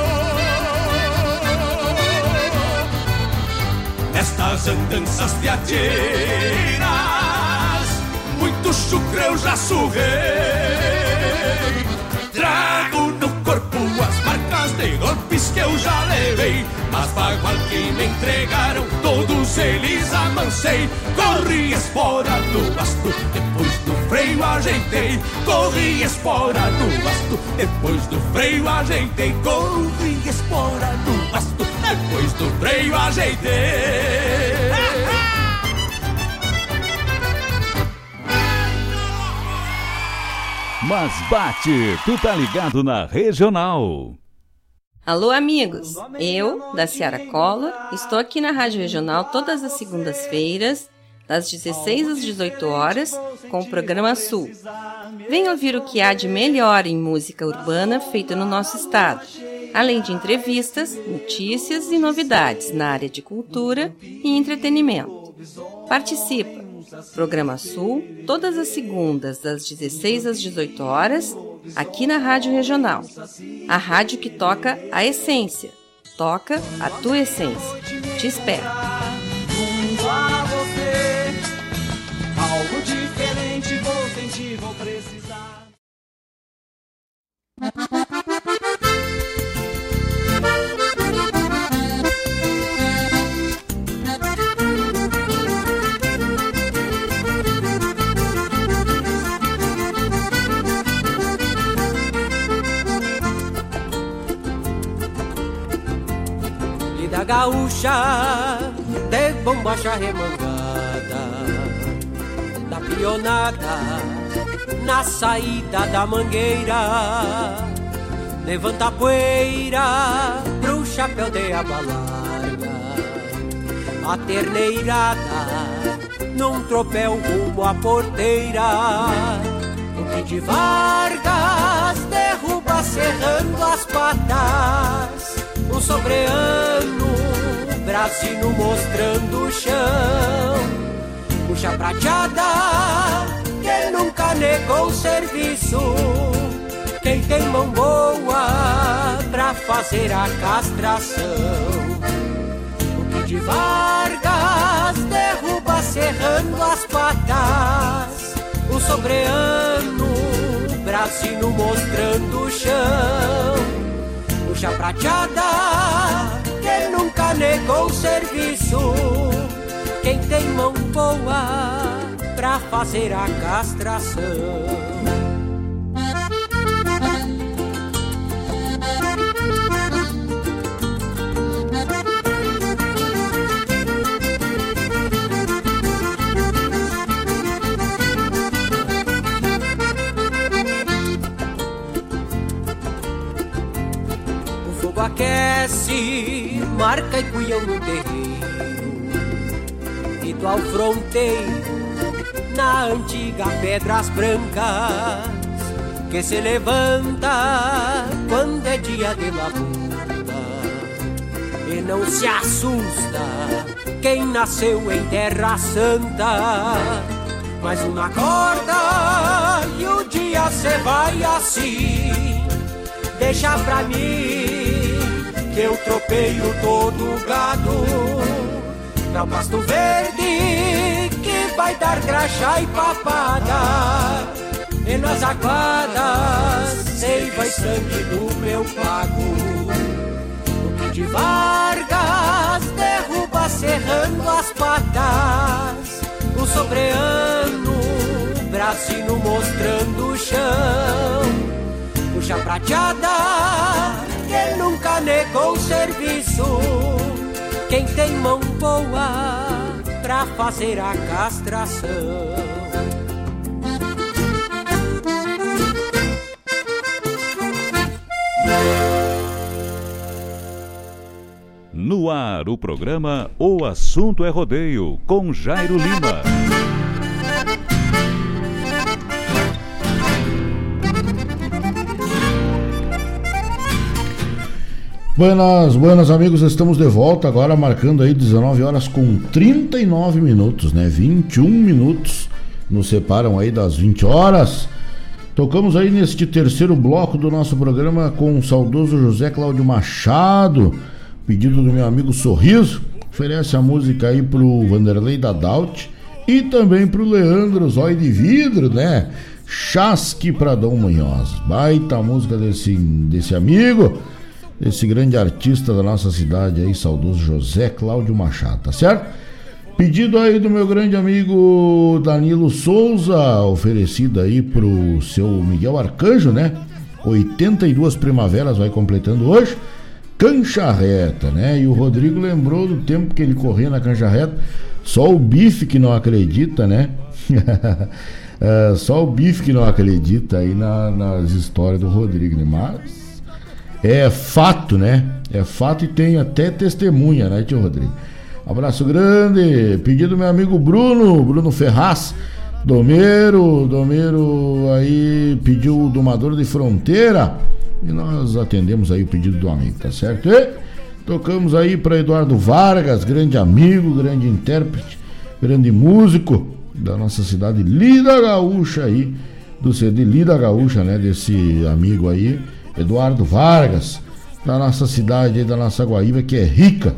Nestas andanças teatinas, muito chucre eu já surrei. Trago no corpo as marcas de golpes que eu já levei, mas bagual que me entregaram, todos eles amancei. Corri espora no basto, depois do freio ajeitei. Corri espora no basto, depois do freio ajeitei. Corri espora no basto, depois do freio ajeitei. Mas bate, tu tá ligado na Regional. Alô, amigos. Eu, da Ciara Collor, estou aqui na Rádio Regional todas as segundas-feiras, das dezesseis às dezoito horas, com o programa Sul. Venha ouvir o que há de melhor em música urbana feita no nosso estado, além de entrevistas, notícias e novidades na área de cultura e entretenimento. Participa! Programa Sul, todas as segundas, das dezesseis às dezoito horas, aqui na Rádio Regional. A rádio que toca a essência. Toca a tua essência. Te espero. Junto a você, algo diferente vou sentir, vou precisar. Da gaúcha, de bombacha remangada, da pionada, na saída da mangueira, levanta a poeira pro chapéu de aba larga, a terneirada, num tropel rumo à porteira, o que de Vargas derruba serrando as patas, um sobreano, brasino mostrando o chão, puxa prateada, que nunca negou serviço, quem tem mão boa pra fazer a castração. O que de Vargas derruba serrando as patas, um sobreano, brasino mostrando o chão, puxa prateada, que nunca negou serviço, quem tem mão boa pra fazer a castração. Aquece, marca e cuião no terreiro, e do ao fronteiro, na antiga Pedras Brancas, que se levanta quando é dia de lavoura, e não se assusta quem nasceu em Terra Santa, mas uma corda e o dia se vai assim, deixa pra mim que eu tropeio todo o gado pra pasto verde que vai dar graxa e papada, e nas aguadas seiva e sangue do meu pago. O que de Vargas derruba serrando as patas, o sobreano, brasino mostrando o chão, puxa prateada, que nunca negou serviço, quem tem mão boa pra fazer a castração. No ar, o programa O Assunto é Rodeio, com Jairo Lima. Buenas, buenas amigos, estamos de volta agora, marcando aí dezenove horas com trinta e nove minutos, né? vinte e um minutos nos separam aí das vinte horas. Tocamos aí neste terceiro bloco do nosso programa com o saudoso José Cláudio Machado, pedido do meu amigo Sorriso. Oferece a música aí pro Vanderlei Dadalt e também pro Leandro Zóio de Vidro, né? Chasque pra Dom Munhoz. Baita música desse, desse amigo, esse grande artista da nossa cidade aí, saudoso José Cláudio Machado, tá certo? Pedido aí do meu grande amigo Danilo Souza, oferecido aí pro seu Miguel Arcanjo, né? oitenta e duas primaveras vai completando hoje. Cancha Reta, né? E o Rodrigo lembrou do tempo que ele corria na Cancha Reta, Só o bife que não acredita, né? É, só o bife que não acredita aí na, nas histórias do Rodrigo, né? Mas é fato, né? É fato e tem até testemunha, né, tio Rodrigo? Abraço grande. Pedido do meu amigo Bruno, Bruno Ferraz, Domeiro, Domeiro aí pediu o domador de fronteira e nós atendemos aí o pedido do amigo, tá certo? E tocamos aí para Eduardo Vargas, grande amigo, grande intérprete, grande músico da nossa cidade Lida Gaúcha aí, do C D Lida Gaúcha, né, desse amigo aí, Eduardo Vargas, da nossa cidade aí, da nossa Guaíba, que é rica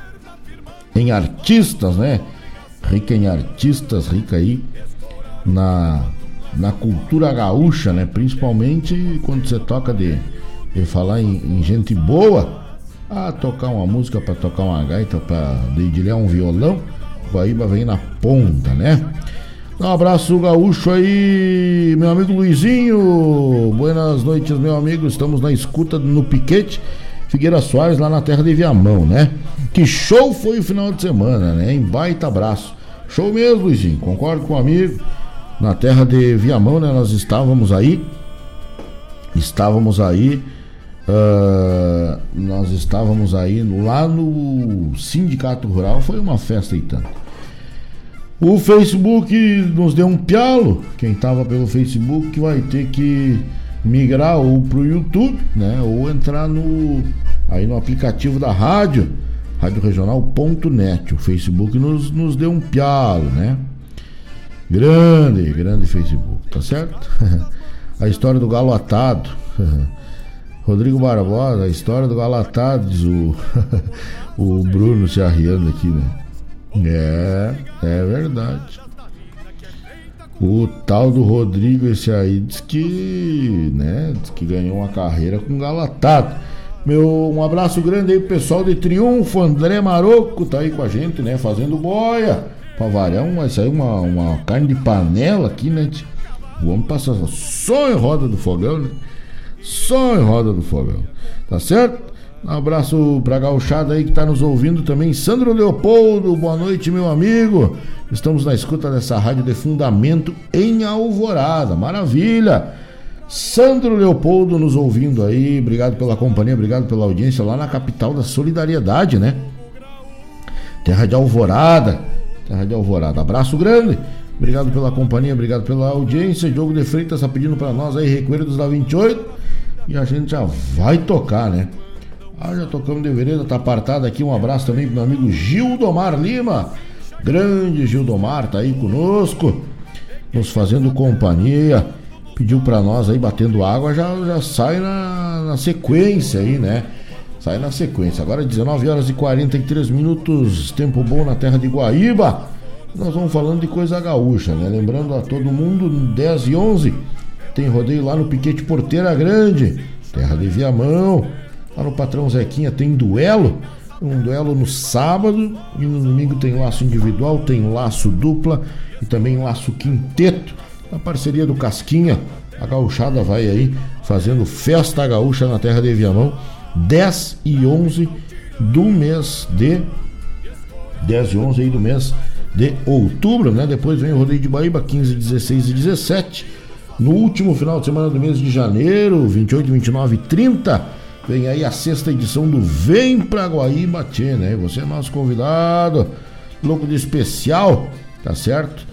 em artistas, né, rica em artistas, rica aí na, na cultura gaúcha, né, principalmente quando você toca de, de falar em, em gente boa, a tocar uma música, para tocar uma gaita, para dedilhar um violão, Guaíba vem na ponta, né? Um abraço gaúcho aí, meu amigo Luizinho. Buenas noites, meu amigo. Estamos na escuta no Piquete Figueira Soares, lá na terra de Viamão, né? Que show foi o final de semana, né? Em baita abraço. Show mesmo, Luizinho. Concordo com o amigo. Na terra de Viamão, né? Nós estávamos aí. Estávamos aí. Uh, nós estávamos aí lá no Sindicato Rural. Foi uma festa e tanto. O Facebook nos deu um pialo. Quem estava pelo Facebook vai ter que migrar ou pro YouTube, né? Ou entrar no aí no aplicativo da rádio, rádio regional ponto net. O Facebook nos, nos deu um pialo, né? Grande, grande Facebook, tá certo? A história do galo atado. Rodrigo Barbosa, a história do galo atado, diz o, o Bruno se arriando aqui, né? É, é verdade. O tal do Rodrigo, esse aí, diz que, né, diz que ganhou uma carreira com galatado. Meu, um abraço grande aí pro pessoal de Triunfo, André Maroco tá aí com a gente, né, fazendo boia. Pra variar, vai sair uma, uma carne de panela aqui, né? Vamos passar só em roda do fogão, né? Só em roda do fogão, tá certo? Um abraço pra gauchada aí que tá nos ouvindo também. Sandro Leopoldo, boa noite, meu amigo. Estamos na escuta dessa rádio de fundamento em Alvorada, maravilha. Sandro Leopoldo nos ouvindo aí, obrigado pela companhia, obrigado pela audiência lá na capital da solidariedade, né? Terra de Alvorada, terra de Alvorada, abraço grande. Obrigado pela companhia, obrigado pela audiência. Diogo de Freitas tá pedindo pra nós aí Recuerdos da vinte e oito e a gente já vai tocar, né? Ah, já tocamos de vereda, tá apartado aqui. Um abraço também pro meu amigo Gildomar Lima. Grande Gildomar, tá aí conosco, nos fazendo companhia. Pediu pra nós aí, batendo água, já, já sai na, na sequência aí, né? Sai na sequência. Agora dezenove horas e quarenta e três minutos, tempo bom na terra de Guaíba. Nós vamos falando de coisa gaúcha, né? Lembrando a todo mundo, dez e onze, tem rodeio lá no Piquete Porteira Grande, terra de Viamão. Lá no Patrão Zequinha tem duelo, um duelo no sábado e no domingo tem laço individual, tem laço dupla e também laço quinteto. A parceria do Casquinha, a gauchada vai aí fazendo festa gaúcha na terra de Viamão, dez e onze do mês de dez e onze aí do mês de outubro, né? Depois vem o rodeio de Guaíba, quinze, dezesseis e dezessete. No último final de semana do mês de janeiro, vinte e oito, vinte e nove e trinta, vem aí a sexta edição do Vem Pra Guaíba Tchê, né? Você é nosso convidado, louco de especial, tá certo?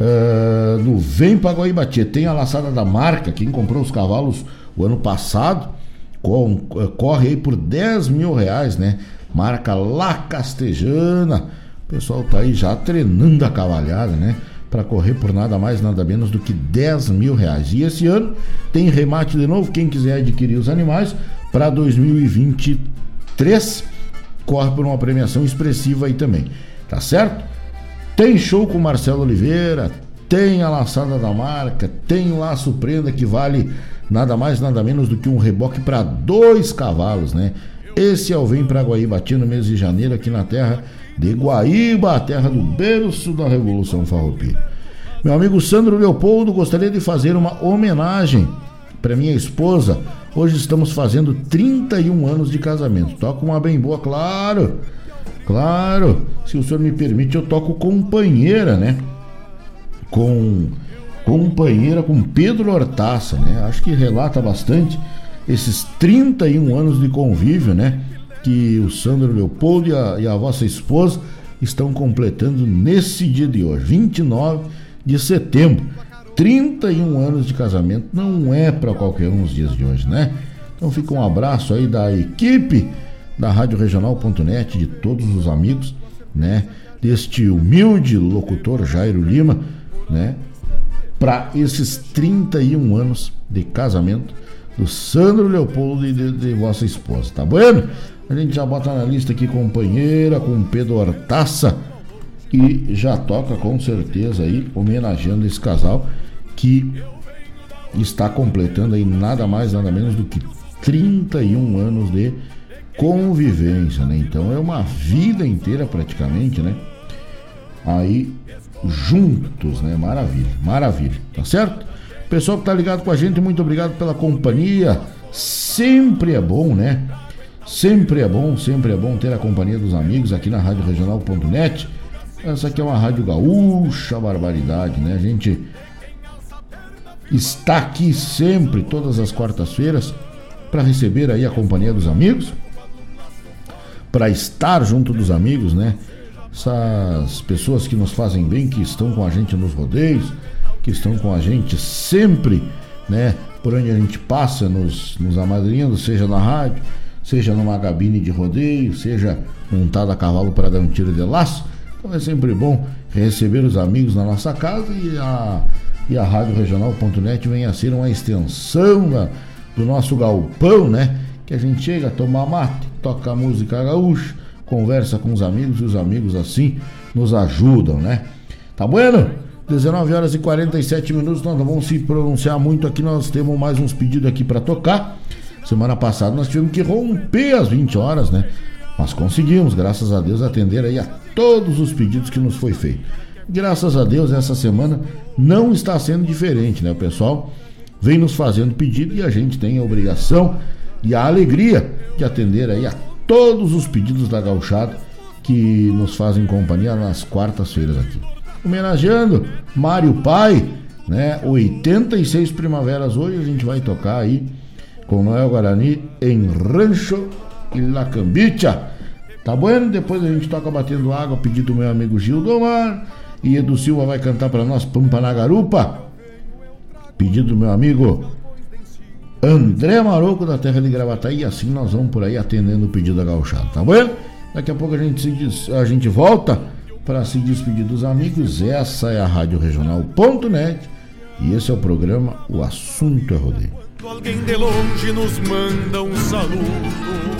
Uh, no Vem Pra Guaíba Tchê tem a laçada da marca. Quem comprou os cavalos o ano passado com, uh, corre aí por dez mil reais, né? Marca La Castejana. O pessoal tá aí já treinando a cavalhada, né? Para correr por nada mais, nada menos do que dez mil reais. E esse ano tem remate de novo. Quem quiser adquirir os animais para dois mil e vinte e três, corre por uma premiação expressiva aí também, tá certo? Tem show com Marcelo Oliveira, tem a laçada da marca, tem o laço prenda que vale nada mais, nada menos do que um reboque para dois cavalos, né? Esse é o Vem Pra Guaíba Tchê no mês de janeiro aqui na terra de Guaíba, a terra do berço da Revolução Farroupilha. Meu amigo Sandro Leopoldo, gostaria de fazer uma homenagem para minha esposa. Hoje estamos fazendo trinta e um anos de casamento. Toca uma bem boa, claro. Claro, se o senhor me permite, eu toco Companheira, né? Com Companheira com Pedro Hortaça, né? Acho que relata bastante esses trinta e um anos de convívio, né? Que o Sandro Leopoldo e a, e a vossa esposa estão completando nesse dia de hoje, vinte e nove de setembro. trinta e um anos de casamento não é para qualquer um os dias de hoje, né? Então fica um abraço aí da equipe da Rádio Regional ponto net, de todos os amigos, né? Deste humilde locutor Jairo Lima, né? Para esses trinta e um anos de casamento do Sandro Leopoldo e de, de vossa esposa, tá bueno? A gente já bota na lista aqui Companheira com Pedro Hortaça e já toca com certeza aí homenageando esse casal que está completando aí nada mais nada menos do que trinta e um anos de convivência, né? Então é uma vida inteira praticamente, né? Aí juntos, né? Maravilha, maravilha, tá certo? Pessoal que tá ligado com a gente, muito obrigado pela companhia. Sempre é bom, né? Sempre é bom, sempre é bom ter a companhia dos amigos aqui na Rádio Regional ponto net. Essa aqui é uma rádio gaúcha, barbaridade, né? A gente está aqui sempre, todas as quartas-feiras, para receber aí a companhia dos amigos, para estar junto dos amigos, né? Essas pessoas que nos fazem bem, que estão com a gente nos rodeios, que estão com a gente sempre, né? Por onde a gente passa, nos, nos amadrinhando, seja na rádio, seja numa cabine de rodeio, seja montado a cavalo para dar um tiro de laço. Então é sempre bom receber os amigos na nossa casa e a, e a Rádio Regional ponto net vem a ser uma extensão da, do nosso galpão, né? Que a gente chega a tomar mate, toca música gaúcha, conversa com os amigos e os amigos assim nos ajudam, né? Tá bueno? dezenove horas e quarenta e sete minutos, nós não vamos se pronunciar muito aqui, nós temos mais uns pedidos aqui para tocar. Semana passada nós tivemos que romper as vinte horas, né? Mas conseguimos, graças a Deus, atender aí a todos os pedidos que nos foi feito. Graças a Deus, essa semana não está sendo diferente, né? O pessoal vem nos fazendo pedido e a gente tem a obrigação e a alegria de atender aí a todos os pedidos da gauchada que nos fazem companhia nas quartas-feiras aqui. Homenageando Mário Pai, né? oitenta e seis primaveras hoje, a gente vai tocar aí com Noel Guarani em Rancho e La Cambicha. Tá bueno? Depois a gente toca Batendo Água, pedido do meu amigo Gil Domar, e Edu Silva vai cantar pra nós Pampa na Garupa, pedido do meu amigo André Maroco da terra de Gravataí. E assim nós vamos por aí atendendo o pedido da gauchada, tá bueno? Daqui a pouco a gente, se des... a gente volta para se despedir dos amigos. Essa é a Rádio Regional ponto net e esse é o programa O Assunto é Rodeio. Alguém de longe nos manda um saludo.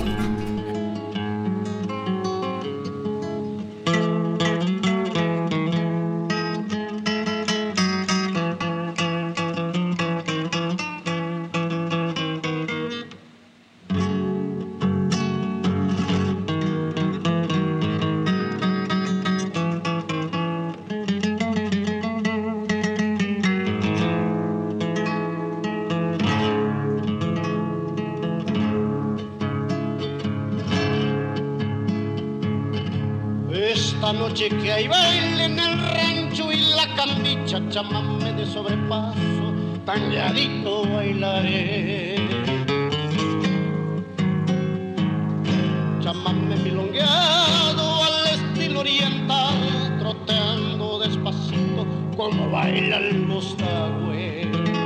Que hay baile en el rancho y la cambicha, chamame de sobrepaso, tañadito bailaré. Chamame milongueado al estilo oriental, troteando despacito como bailan los tagües.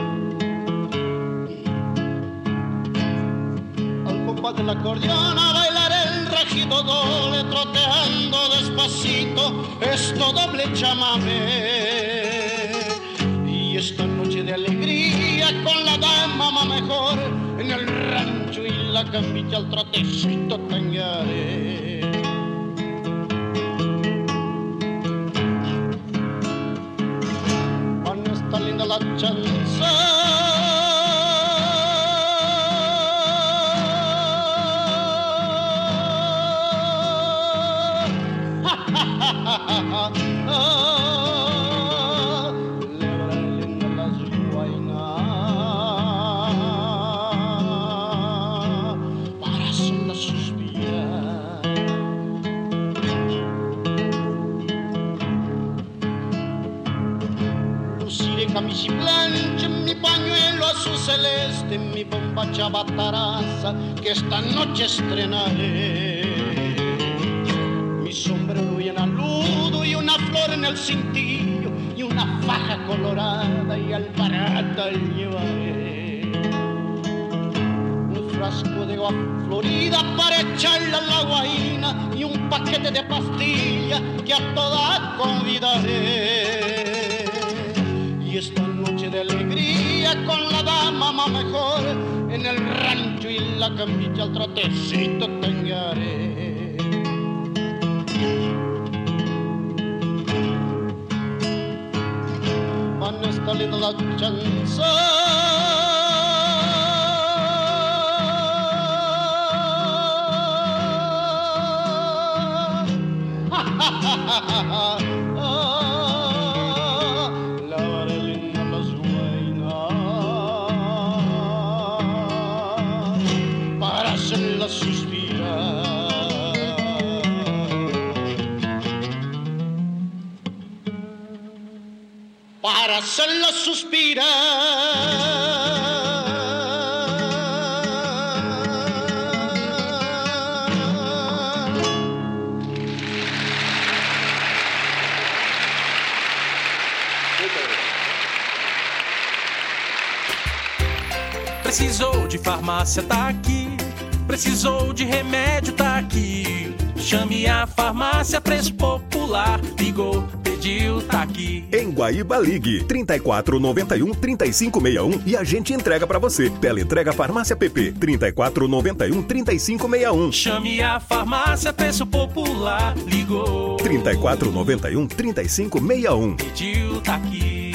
Al compás de la acordeona bailaré el regido doble, troteando despacito, esto doble chamame. Y esta noche de alegría con la dama más mejor, en el rancho y la camilla al trotecito tañaré. Cuando está linda la chanza, cruciré camisa y plancha, mi pañuelo azul celeste, mi bomba chabataraza, que esta noche estrenaré. Mi sombrero y en aludo y una flor en el cintillo y una faja colorada y alpargata llevaré. Un frasco de agua florida para echarla a la guaina y un paquete de pastillas que a todas convidaré. Y esta noche de alegría con la dama más mejor en el rancho y la camilla al trotecito tengaré. Van esta linda chanza la varelina las guainas para hacerla suspirar. Para hacerla suspirar. Precisou de farmácia, tá aqui. Precisou de remédio, tá aqui. Chame a farmácia, preço popular. Ligou, pediu, tá aqui. Em Guaíba, ligue trinta e quatro, noventa e um, trinta e cinco sessenta e um e a gente entrega pra você. Teleentrega Farmácia P P, trinta e quatro, noventa e um, trinta e cinco sessenta e um. Chame a farmácia, preço popular. Ligou, trinta e quatro, noventa e um, trinta e cinco sessenta e um. Pediu, tá aqui.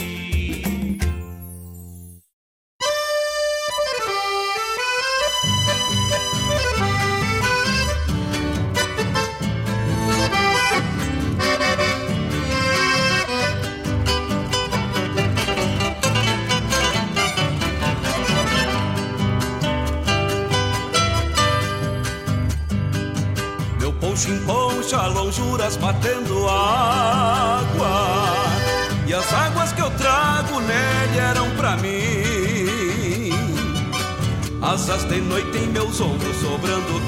Poncha, lonjuras batendo água, e as águas que eu trago nele eram pra mim. Asas de noite em meus ombros sobrando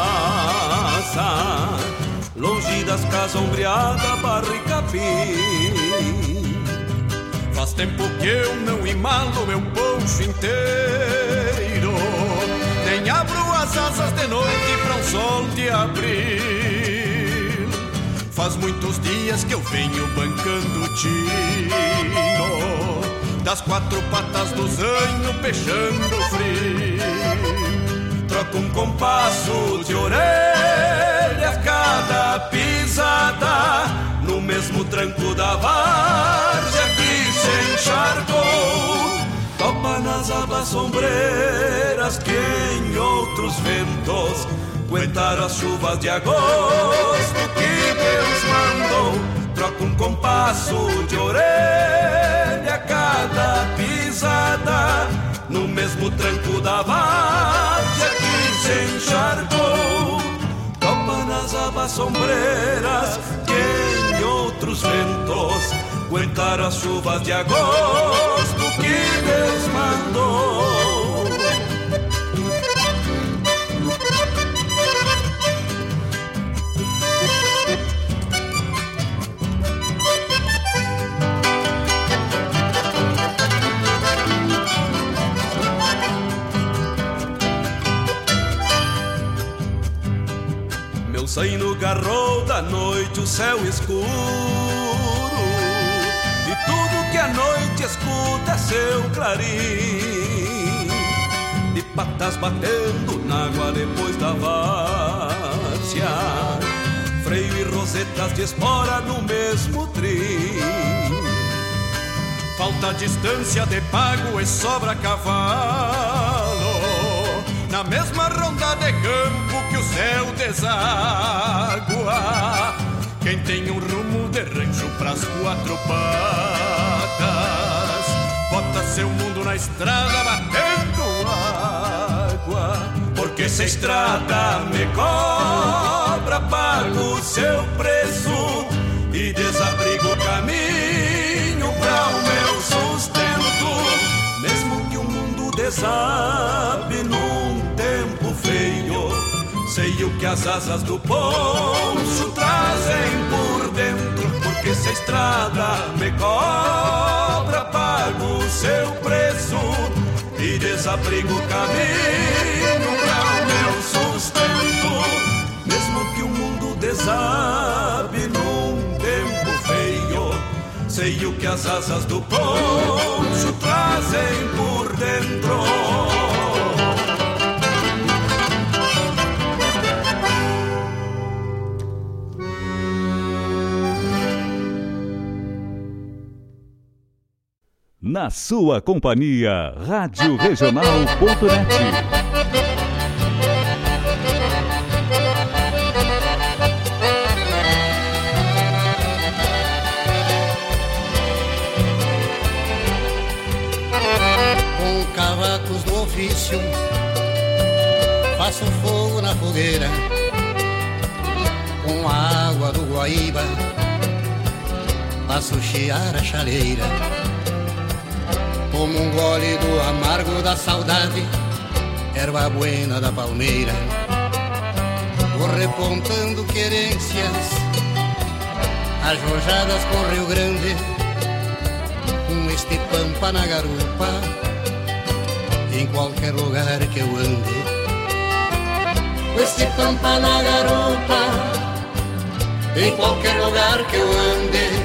caça, longe das casas ombreadas, barro e capim. Faz tempo que eu não imalo meu poncho inteiro, nem abro as asas de noite pra um sol de abril. Faz muitos dias que eu venho bancando o tino das quatro patas do zanho, peixando frio. Troco um compasso de orelha a cada pisada, no mesmo tranco da várzea que se encharcou. Topa nas abas sombreiras que em outros ventos aguentaram as chuvas de agosto que Deus mandou. Troca um compasso de orelha a cada pisada, no mesmo tranco da várzea que se encharcou. Topa nas abas sombreiras que em outros ventos aguentaram as chuvas de agosto que Deus mandou. Meu zaino garrou da noite o céu escuro, e tudo que a noite escuta é seu clarim, de patas batendo na água depois da várzea, freio e rosetas de espora no mesmo trim. Falta distância de pago e sobra cavalo, na mesma ronda de campo que o céu deságua. Quem tem um rumo de rancho pras quatro patas, bota seu mundo na estrada batendo água. Porque se a estrada me cobra, pago seu preço e desabrigo o caminho pra o meu sonho. desabe num tempo feio. Sei o que as asas do poncho trazem por dentro, porque se a estrada me cobra, pago o seu preço e desabrigo o caminho para o meu sustento. Mesmo que o mundo desabe num tempo feio, sei o que as asas do poncho trazem por dentro. Na sua companhia, rádio regional ponto net. Com cavacos do ofício, faço fogo na fogueira, com a água do Guaíba, faço chiar a chaleira. Como um gole do amargo da saudade, erva buena da palmeira. Vou repontando querências, arrojadas com Rio Grande, com este pampa na garupa, em qualquer lugar que eu ande. Com este pampa na garupa, em qualquer lugar que eu ande.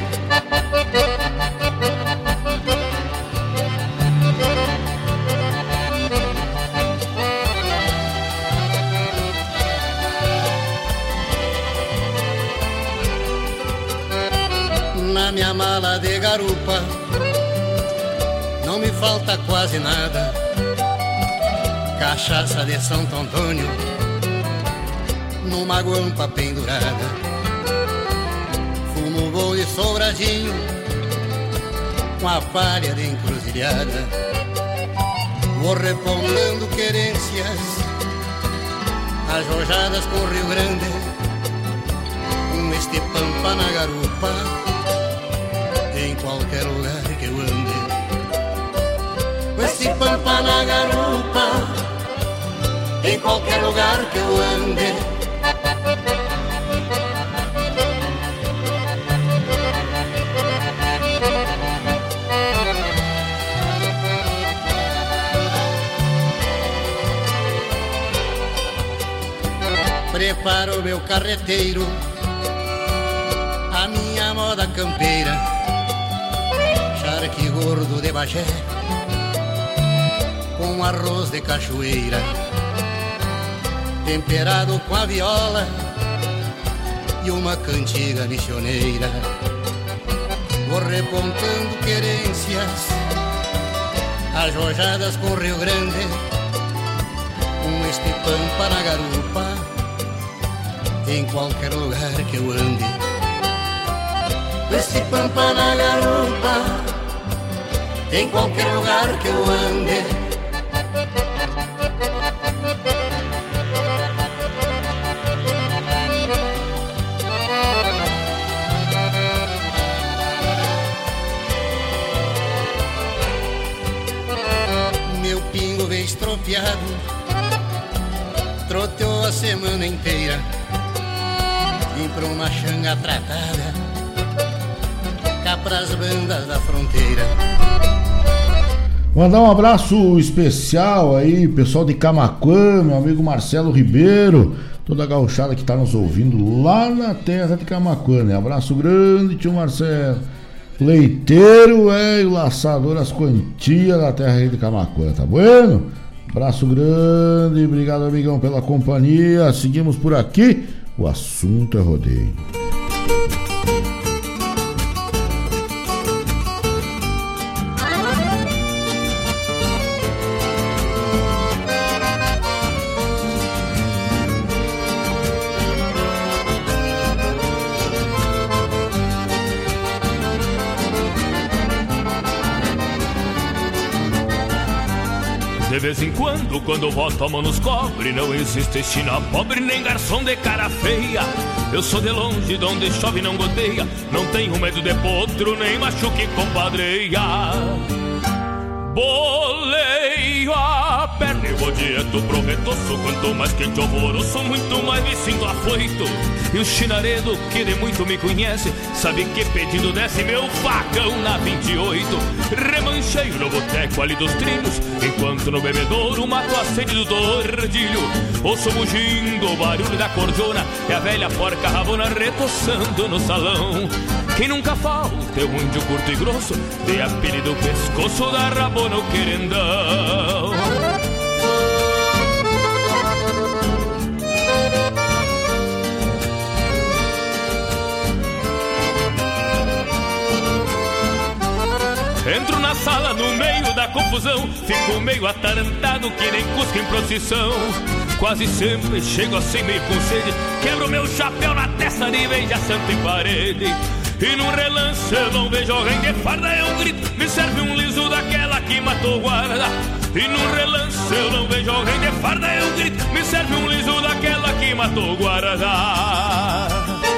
Na minha mala de garupa não me falta quase nada. Cachaça de Santo Antônio numa guampa pendurada, fumo bom de sobradinho com a palha de encruzilhada. Vou repontando querências, arrojadas com Rio Grande, com este pampa na garupa, em qualquer lugar que eu ande. Com esse pampa na garupa, em qualquer lugar que eu ande. Preparo o meu carreteiro, a minha moda campeira, charque gordo de Bagé, com arroz de cachoeira, temperado com a viola e uma cantiga missioneira. Vou repontando querências, arrojadas com Rio Grande, com este pampa na garupa, em qualquer lugar que eu ande. Esse pampa na garupa, em qualquer lugar que eu ande. Meu pingo veio estropiado, troteou a semana inteira. Vim pra uma xanga tratada, cá pras bandas da fronteira. Mandar um abraço especial aí, pessoal de Camaquã, meu amigo Marcelo Ribeiro, toda a gauchada que tá nos ouvindo lá na terra de Camaquã, né? Abraço grande, tio Marcelo. Leiteiro, é o laçador, as quantias da terra aí de Camaquã, tá bueno? Abraço grande, obrigado, amigão, pela companhia. Seguimos por aqui. O assunto é rodeio. De vez em quando, quando boto a mão nos cobre, não existe china pobre nem garçom de cara feia. Eu sou de longe, de onde chove não goteia, não tenho medo de potro, nem machuque compadreia. Boleio a direto pro retoço. Quanto mais quente o alvoroço, muito mais me sinto afoito. E o chinaredo, que de muito me conhece, sabe que pedindo desce meu facão na vinte e oito. Remanchei no boteco ali dos trilhos, enquanto no bebedouro mato a sede do tordilho. Ouço mugindo o barulho da cordiona e a velha porca rabona retoçando no salão. Quem nunca falta é um índio curto e grosso, de apelido pescoço da rabona o querendão. Entro na sala no meio da confusão, fico meio atarantado que nem cusco em procissão. Quase sempre chego assim meio com sede, quebro meu chapéu na testa de beija santo em parede. E num relance eu não vejo alguém de farda, é um grito, me serve um liso daquela que matou o guarda. E num relance eu não vejo alguém de farda, é um grito, me serve um liso daquela que matou o guarda.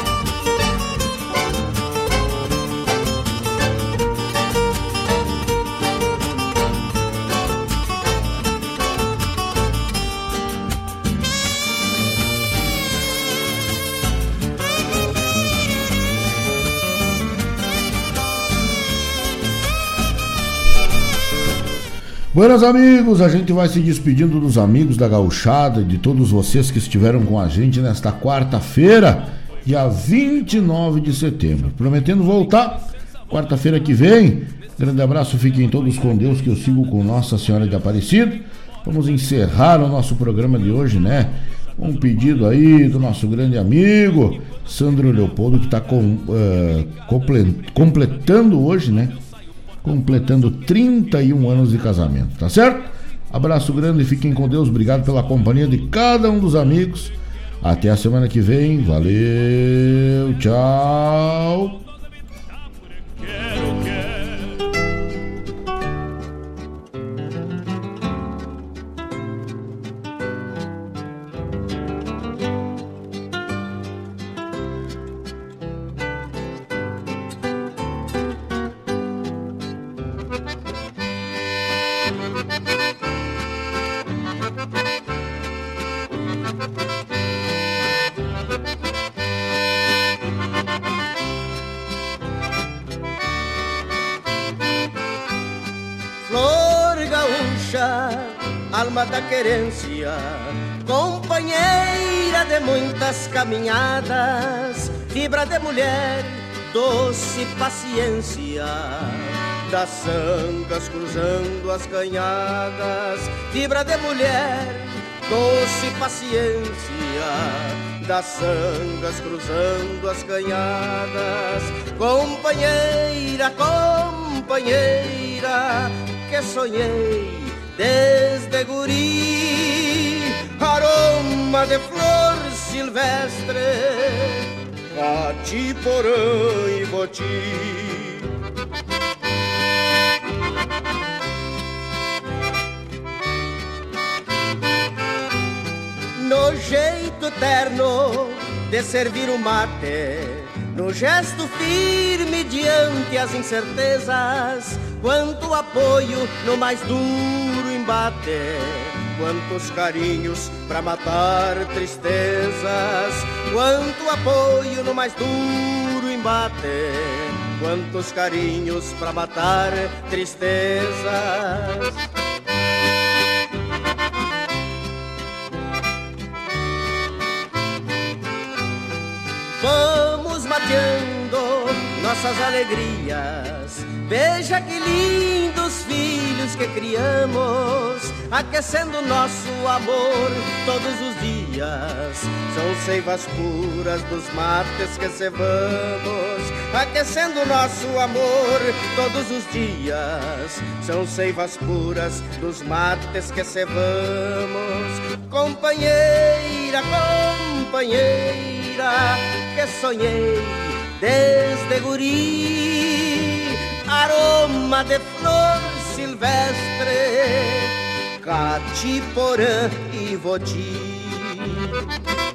Buenas amigos, a gente vai se despedindo dos amigos da Gauchada e de todos vocês que estiveram com a gente nesta quarta-feira, dia vinte e nove de setembro. Prometendo voltar quarta-feira que vem. Grande abraço, fiquem todos com Deus, que eu sigo com Nossa Senhora de Aparecida. Vamos encerrar o nosso programa de hoje, né? Um pedido aí do nosso grande amigo Sandro Leopoldo, que está com, uh, completando hoje, né? Completando trinta e um anos de casamento, tá certo? Abraço grande, fiquem com Deus, obrigado pela companhia de cada um dos amigos. Até a semana que vem, valeu, tchau. Alma da querência, companheira de muitas caminhadas, fibra de mulher, doce paciência, das sangas cruzando as canhadas, fibra de mulher, doce paciência, das sangas cruzando as canhadas, companheira, companheira, que sonhei desde guri, aroma de flor silvestre, catiporã e boti. No jeito terno de servir o mate, no gesto firme diante as incertezas, quanto apoio no mais duro embate, quantos carinhos pra matar tristezas, quanto apoio no mais duro embate, quantos carinhos pra matar tristezas. Vamos mateando nossas alegrias, veja que lindos filhos que criamos, aquecendo nosso amor todos os dias. São seivas puras dos mates que cevamos, aquecendo nosso amor todos os dias. São seivas puras dos mates que cevamos. Companheira, companheira, que sonhei desde guri, aroma de flor silvestre, catiporã e voti.